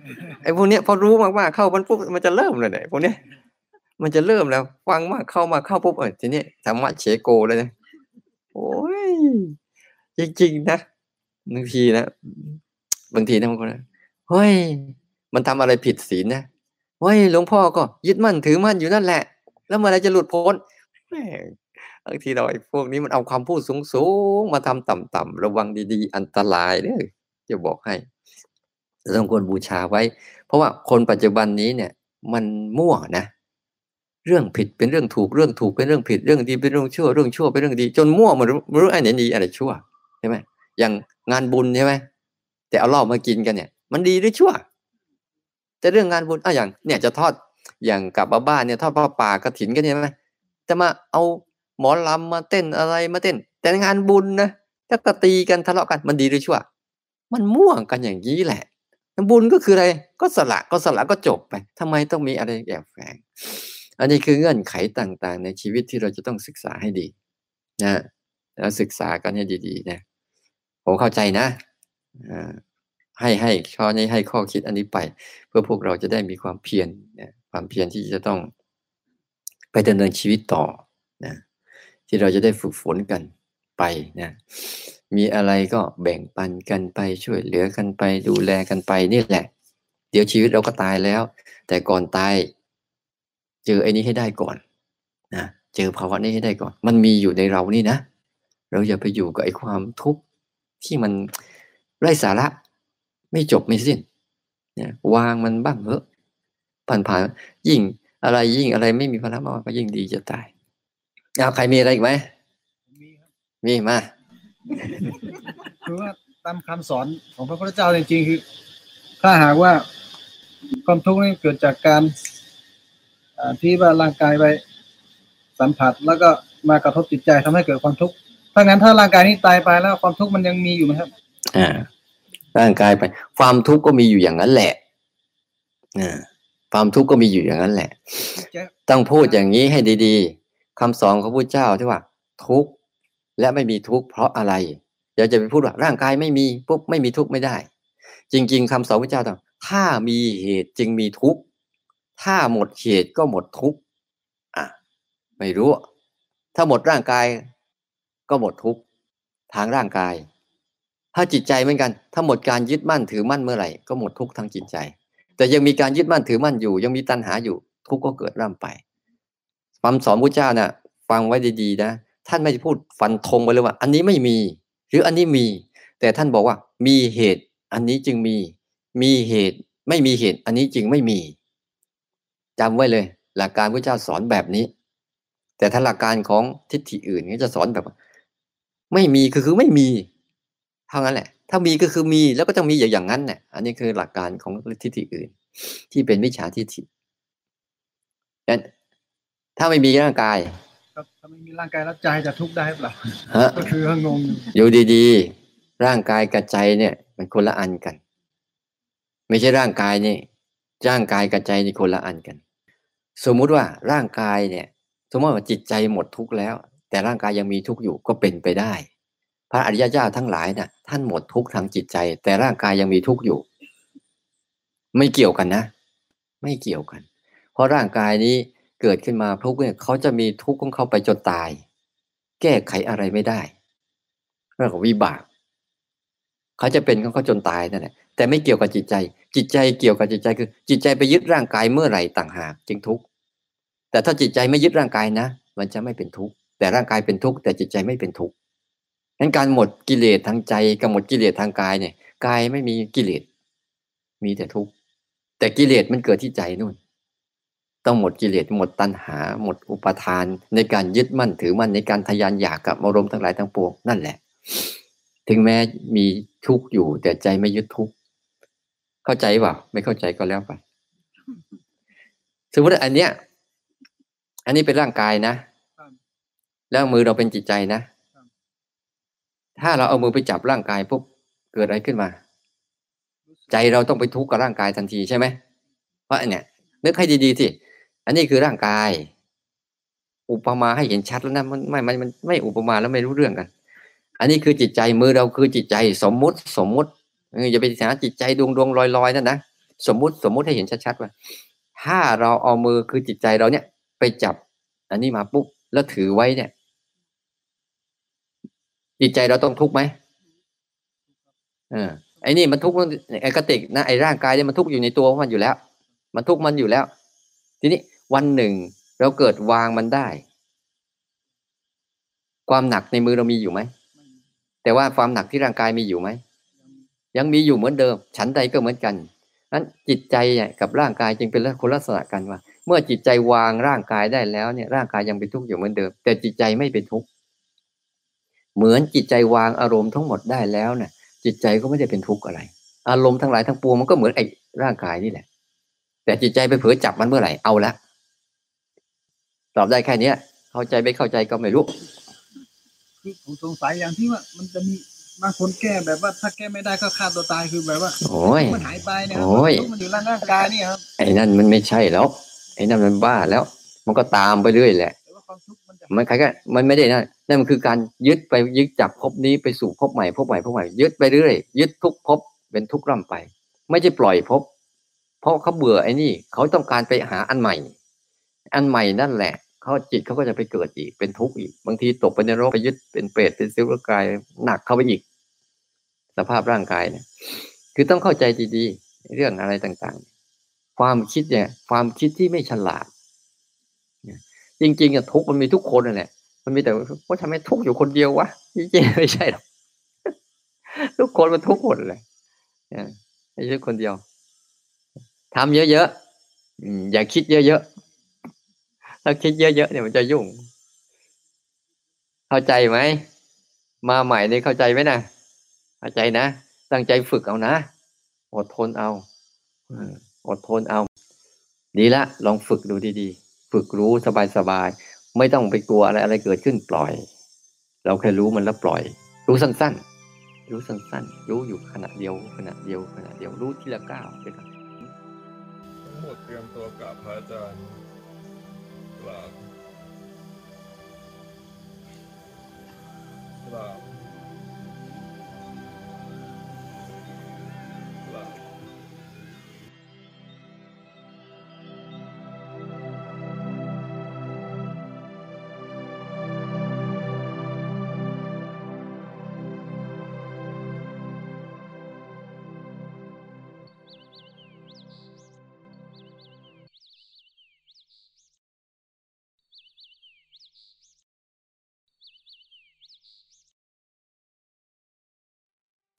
ไอ้พวกเนี้ยพอรู้มากๆเข้ามันปุ๊บมันจะเริ่มเลยเนี่ยพวกเนี้ยมันจะเริ่มแล้วฟังมากเข้ามาเข้าปุ๊บเออทีนี้ธรรมะเฉโกเลยนะโอ้ยจริงๆนะบางทีนะบางทีนะบางคนนะเฮ้ยมันทำอะไรผิดศีลนะเฮ้ยหลวงพ่อก็ยึดมั่นถือมั่นอยู่นั่นแหละแล้วเมื่อไรจะหลุดพ้นแม่งบางทีเราไอ้พวกนี้มันเอาคำพูดสูงๆมาทำต่ำๆระวังดีๆอันตรายเด้อจะบอกให้เราต้องควรบูชาไว้เพราะว่าคนปัจจุบันนี้เนี่ยมันมั่วนะเรื่องผิดเป็นเรื่องถูกเรื่องถูกเป็นเรื่องผิดเรื่องดีเป็นเรื่องชั่วเรื่องชั่วเป็นเรื่องดีจนมั่วไม่รู้ไม่รู้อันไหนดีอันไหนชั่วใช่ไหมอย่างงานบุญใช่ไหมแต่เอาเหล้ามากินกันเนี่ยมันดีหรือชั่วแต่เรื่องงานบุญอ่ะอย่างเนี่ยจะทอดอย่างกลับมาบ้านเนี่ยทอดผ้าป่ากฐินกันใช่ไหมจะมาเอาหมอลำมาเต้นอะไรมาเต้นแต่งานบุญนะถ้าก็ตีกันทะเลาะกันมันดีหรือชั่วมันม่วงกันอย่างนี้แหละบุญก็คืออะไรก็สละก็สละก็จบไปทำไมต้องมีอะไรแอบแฝงอันนี้คือเงื่อนไขต่างๆในชีวิตที่เราจะต้องศึกษาให้ดีนะแล้วศึกษากันให้ดีๆนะผมเข้าใจนะให้ให้ข้อนี้ให้ข้อคิดอันนี้ไปเพื่อพวกเราจะได้มีความเพียรนะความเพียรที่จะต้องไปดำเนินชีวิตต่อนะที่เราจะได้ฝึกฝนกันไปนะมีอะไรก็แบ่งปันกันไปช่วยเหลือกันไปดูแลกันไปนี่แหละเดี๋ยวชีวิตเราก็ตายแล้วแต่ก่อนตายเจอไอ้นี้ให้ได้ก่อนนะเจอภาวะนี้ให้ได้ก่อนมันมีอยู่ในเรานี่นะเราอย่าไปอยู่กับไอ้ความทุกข์ที่มันไร้สาระไม่จบไม่สิ้นนะวางมันบ้างเถอะผ่านๆยิ่งอะไรยิ่งอะไรไม่มีภาระมากก็ยิ่งดีจะตายเอาใครมีอะไรอีกไหมมีครับมีมาคือว่าตามคำสอนของพระพุทธเจ้าจริงๆคือถ้าหากว่าความทุกข์นี่เกิดจากการที่ว่าร่างกายไปสัมผัสแล้วก็มากระทบจิตใจทำให้เกิดความทุกข์ถ้างั้นถ้าร่างกายนี้ตายไปแล้วความทุกข์มันยังมีอยู่ไหมครับอ่าร่างกายไปความทุกข์ก็มีอยู่อย่างนั้นแหละอ่าความทุกข์ก็มีอยู่อย่างนั้นแหละต้องพูดอย่างนี้ให้ดีๆคำสอนของพระพุทธเจ้าที่ว่าทุกข์และไม่มีทุกข์เพราะอะไรเดี๋ยวจะไปพูดว่าร่างกายไม่มีปุ๊บไม่มีทุกข์ไม่ได้จริงๆคำสอนพระพุทธเจ้าต้องถ้ามีเหตุจึงมีทุกข์ถ้าหมดเหตุก็หมดทุกข์อ่ะไม่รู้ถ้าหมดร่างกายก็หมดทุกข์ทางร่างกายถ้าจิตใจเหมือนกันถ้าหมดการยึดมั่นถือมั่นเมื่อไหร่ก็หมดทุกข์ทางจิตใจแต่ยังมีการยึดมั่นถือมั่นอยู่ยังมีตัณหาอยู่ทุกข์ก็เกิดร่ำไปคำสอนพระเจ้าน่ะฟังไว้ดีๆนะท่านไม่ได้พูดฟันธงไปเลยว่าอันนี้ไม่มีหรืออันนี้มีแต่ท่านบอกว่ามีเหตุอันนี้จึงมีมีเหตุไม่มีเหตุอันนี้จึงไม่มีจำไว้เลยหลักการพระเจ้าสอนแบบนี้แต่ถ้าหลักการของทิฏฐิอื่นก็จะสอนแบบไม่มีคือคือไม่มีเท่านั้นแหละถ้ามีก็คือมีแล้วก็ต้องมีอย่างนั้นเนี่ยอันนี้คือหลักการของทิฏฐิอื่นที่เป็นมิจฉาทิฏฐิงั้นถ้าไม่มีร่างกายครับถ้าไม่มีร่างกายแล้วใจจะทุกข์ได้หรือเปล่าก็คืองงอยู่ดีๆร่างกายกับใจเนี่ยมันคนละอันกันไม่ใช่ร่างกายนี่ร่างกายกับใจนี่คนละอันกันสมมุติว่าร่างกายเนี่ยสมมติว่าจิตใจหมดทุกข์แล้วแต่ร่างกายยังมีทุกข์อยู่ก็เป็นไปได้พระอริยเจ้าทั้งหลายน่ะท่านหมดทุกข์ทางจิตใจแต่ร่างกายยังมีทุกข์อยู่ไม่เกี่ยวกันนะไม่เกี่ยวกันเพราะร่างกายนี้เกิดขึ้นมาทุกข์เนี่ยเขาจะมีทุกข์ของเขาไปจนตายแก้ไขอะไรไม่ได้เรื่องของวิบากเขาจะเป็นของเขาจนตายนั่นแหละแต่ไม่เกี่ยวกับจิตใจจิตใจเกี่ยวกับจิตใจคือจิตใจไปยึดร่างกายเมื่อไหร่ต่างหากจึงทุกข์แต่ถ้าจิตใจไม่ยึดร่างกายนะมันจะไม่เป็นทุกข์แต่ร่างกายเป็นทุกข์แต่จิตใจไม่เป็นทุกข์งั้นการหมดกิเลสทางใจกับหมดกิเลสทางกายเนี่ยกายไม่มีกิเลสมีแต่ทุกข์แต่กิเลสมันเกิดที่ใจนู่นต้องหมดกิเลสหมดตัณหาหมดอุปทานในการยึดมั่นถือมั่นในการทะยานอยากกับอารมณ์ทั้งหลายทั้งปวงนั่นแหละถึงแม้มีทุกข์อยู่แต่ใจไม่ยึดทุกข์เข้าใจเปล่าไม่เข้าใจก็แล้วไปสมมติอันเนี้ยอันนี้เป็นร่างกายนะแล้วมือเราเป็นจิตใจนะถ้าเราเอามือไปจับร่างกายปุ๊บเกิดอะไรขึ้นมาใจเราต้องไปทุกข์กับร่างกายทันทีใช่ไหมเพราะอันเนี้ยนึกให้ดีๆสิอันนี้คือร่างกายอุปมาให้เห็นชัดแล้วนะมันไม่มันมันไม่อุปมาแล้วไม่รู้เรื่องกันอันนี้คือจิตใจมือเราคือจิตใจสมมุติสมมุติอย่าไปหาจิตใจดวงดวงลอยๆนั่นนะสมมุติสมมุติให้เห็นชัดๆว่าถ้าเราเอามือคือจิตใจเราเนี่ยไปจับอันนี้มาปุ๊บแล้วถือไว้เนี่ยจิตใจเราต้องทุกข์ไหมเออไอ้นี่มันทุกข์ไอ้กระติกนะไอ้ร่างกายเนี่ยมันทุกข์อยู่ในตัวมันอยู่แล้วมันทุกข์มันอยู่แล้วทีนี้วันหนึ่งเราเกิดวางมันได้ความหนักในมือเรามีอยู่ไหมแต่ว่าความหนักที่ร่างกายมีอยู่ไหมยังมีอยู่เหมือนเดิมฉันใดก็เหมือนกันนั้นจิตใจเนี่ยกับร่างกายจึงเป็นคนลักษณะกันว่าเมื่อจิตใจวางร่างกายได้แล้วเนี่ยร่างกายยังเป็นทุกข์อยู่เหมือนเดิมแต่จิตใจไม่เป็นทุกข์เหมือนจิตใจวางอารมณ์ทั้งหมดได้แล้วเนี่ยจิตใจก็ไม่ได้เป็นทุกข์อะไรอารมณ์ทั้งหลายทั้งปวงมันก็เหมือนไอ้ร่างกายนี่แหละแต่จิตใจไปเผลอจับมันเมื่อไหร่เอาละตอบได้แค่นี้เข้าใจไม่เข้าใจก็ไม่รู้คือผมสงสัยอย่างที่ว่ามันจะมีบางคนแก้แบบว่าถ้าแก้ไม่ได้ก็ฆ่าตัวตายคือแบบว่าโอ้ยมันหายไปนะครับมันอยู่ร่างกายนี่ครับไอ้นั่นมันไม่ใช่แล้วไอ้นั่นมันบ้าแล้วมันก็ตามไปเรื่อยแหละมันใครก็มันไม่ได้นั่นนั่นมันคือการยึดไปยึดจากภพนี้ไปสู่ภพใหม่ภพใหม่ภพใหม่ยึดไปเรื่อยยึดทุกภพเป็นทุกร่ำไปไม่ใช่ปล่อยภพเพราะเขาเบื่อไอ้นี่เขาต้องการไปหาอันใหม่อันใหม่นั่นแหละเขาจิตเขาก็จะไปเกิดอีกเป็นทุกข์อีกบางทีตกไปในโลกไปยึดเป็นเปรตเป็นสิวกายหนักเข้าไปอีกสภาพร่างกายเนี่ยคือต้องเข้าใจดีๆเรื่องอะไรต่างๆความคิดเนี่ยความคิดที่ไม่ฉลาดจริงๆอะทุกข์มันมีทุกคนนั่นแหละมันมีแต่ว่าทำไมทุกข์อยู่คนเดียววะจริงๆไม่ใช่หรอกทุกคนมันทุกข์หมดเลยไม่ใช่คนเดียวทำเยอะๆอย่าคิดเยอะๆถ้าคิดเยอะๆเนี่ยมันจะยุ่งเข้าใจไหมมาใหม่นี่เข้าใจไหมนะเข้าใจนะตั้งใจฝึกเอานะอดทนเอาอดทนเอาดีละลองฝึกดูดีๆฝึกรู้สบายๆไม่ต้องไปกลัวอะไรอะไรเกิดขึ้นปล่อยเราแค่รู้มันแล้วปล่อยรู้สั้นๆรู้สั้นๆรู้อยู่ขณะเดียวขณะเดียวขณะเดียวรู้ทีละก้าวไปครับทั้งหมดเตรียมตัวกับพระอาจารย์กราบกราบ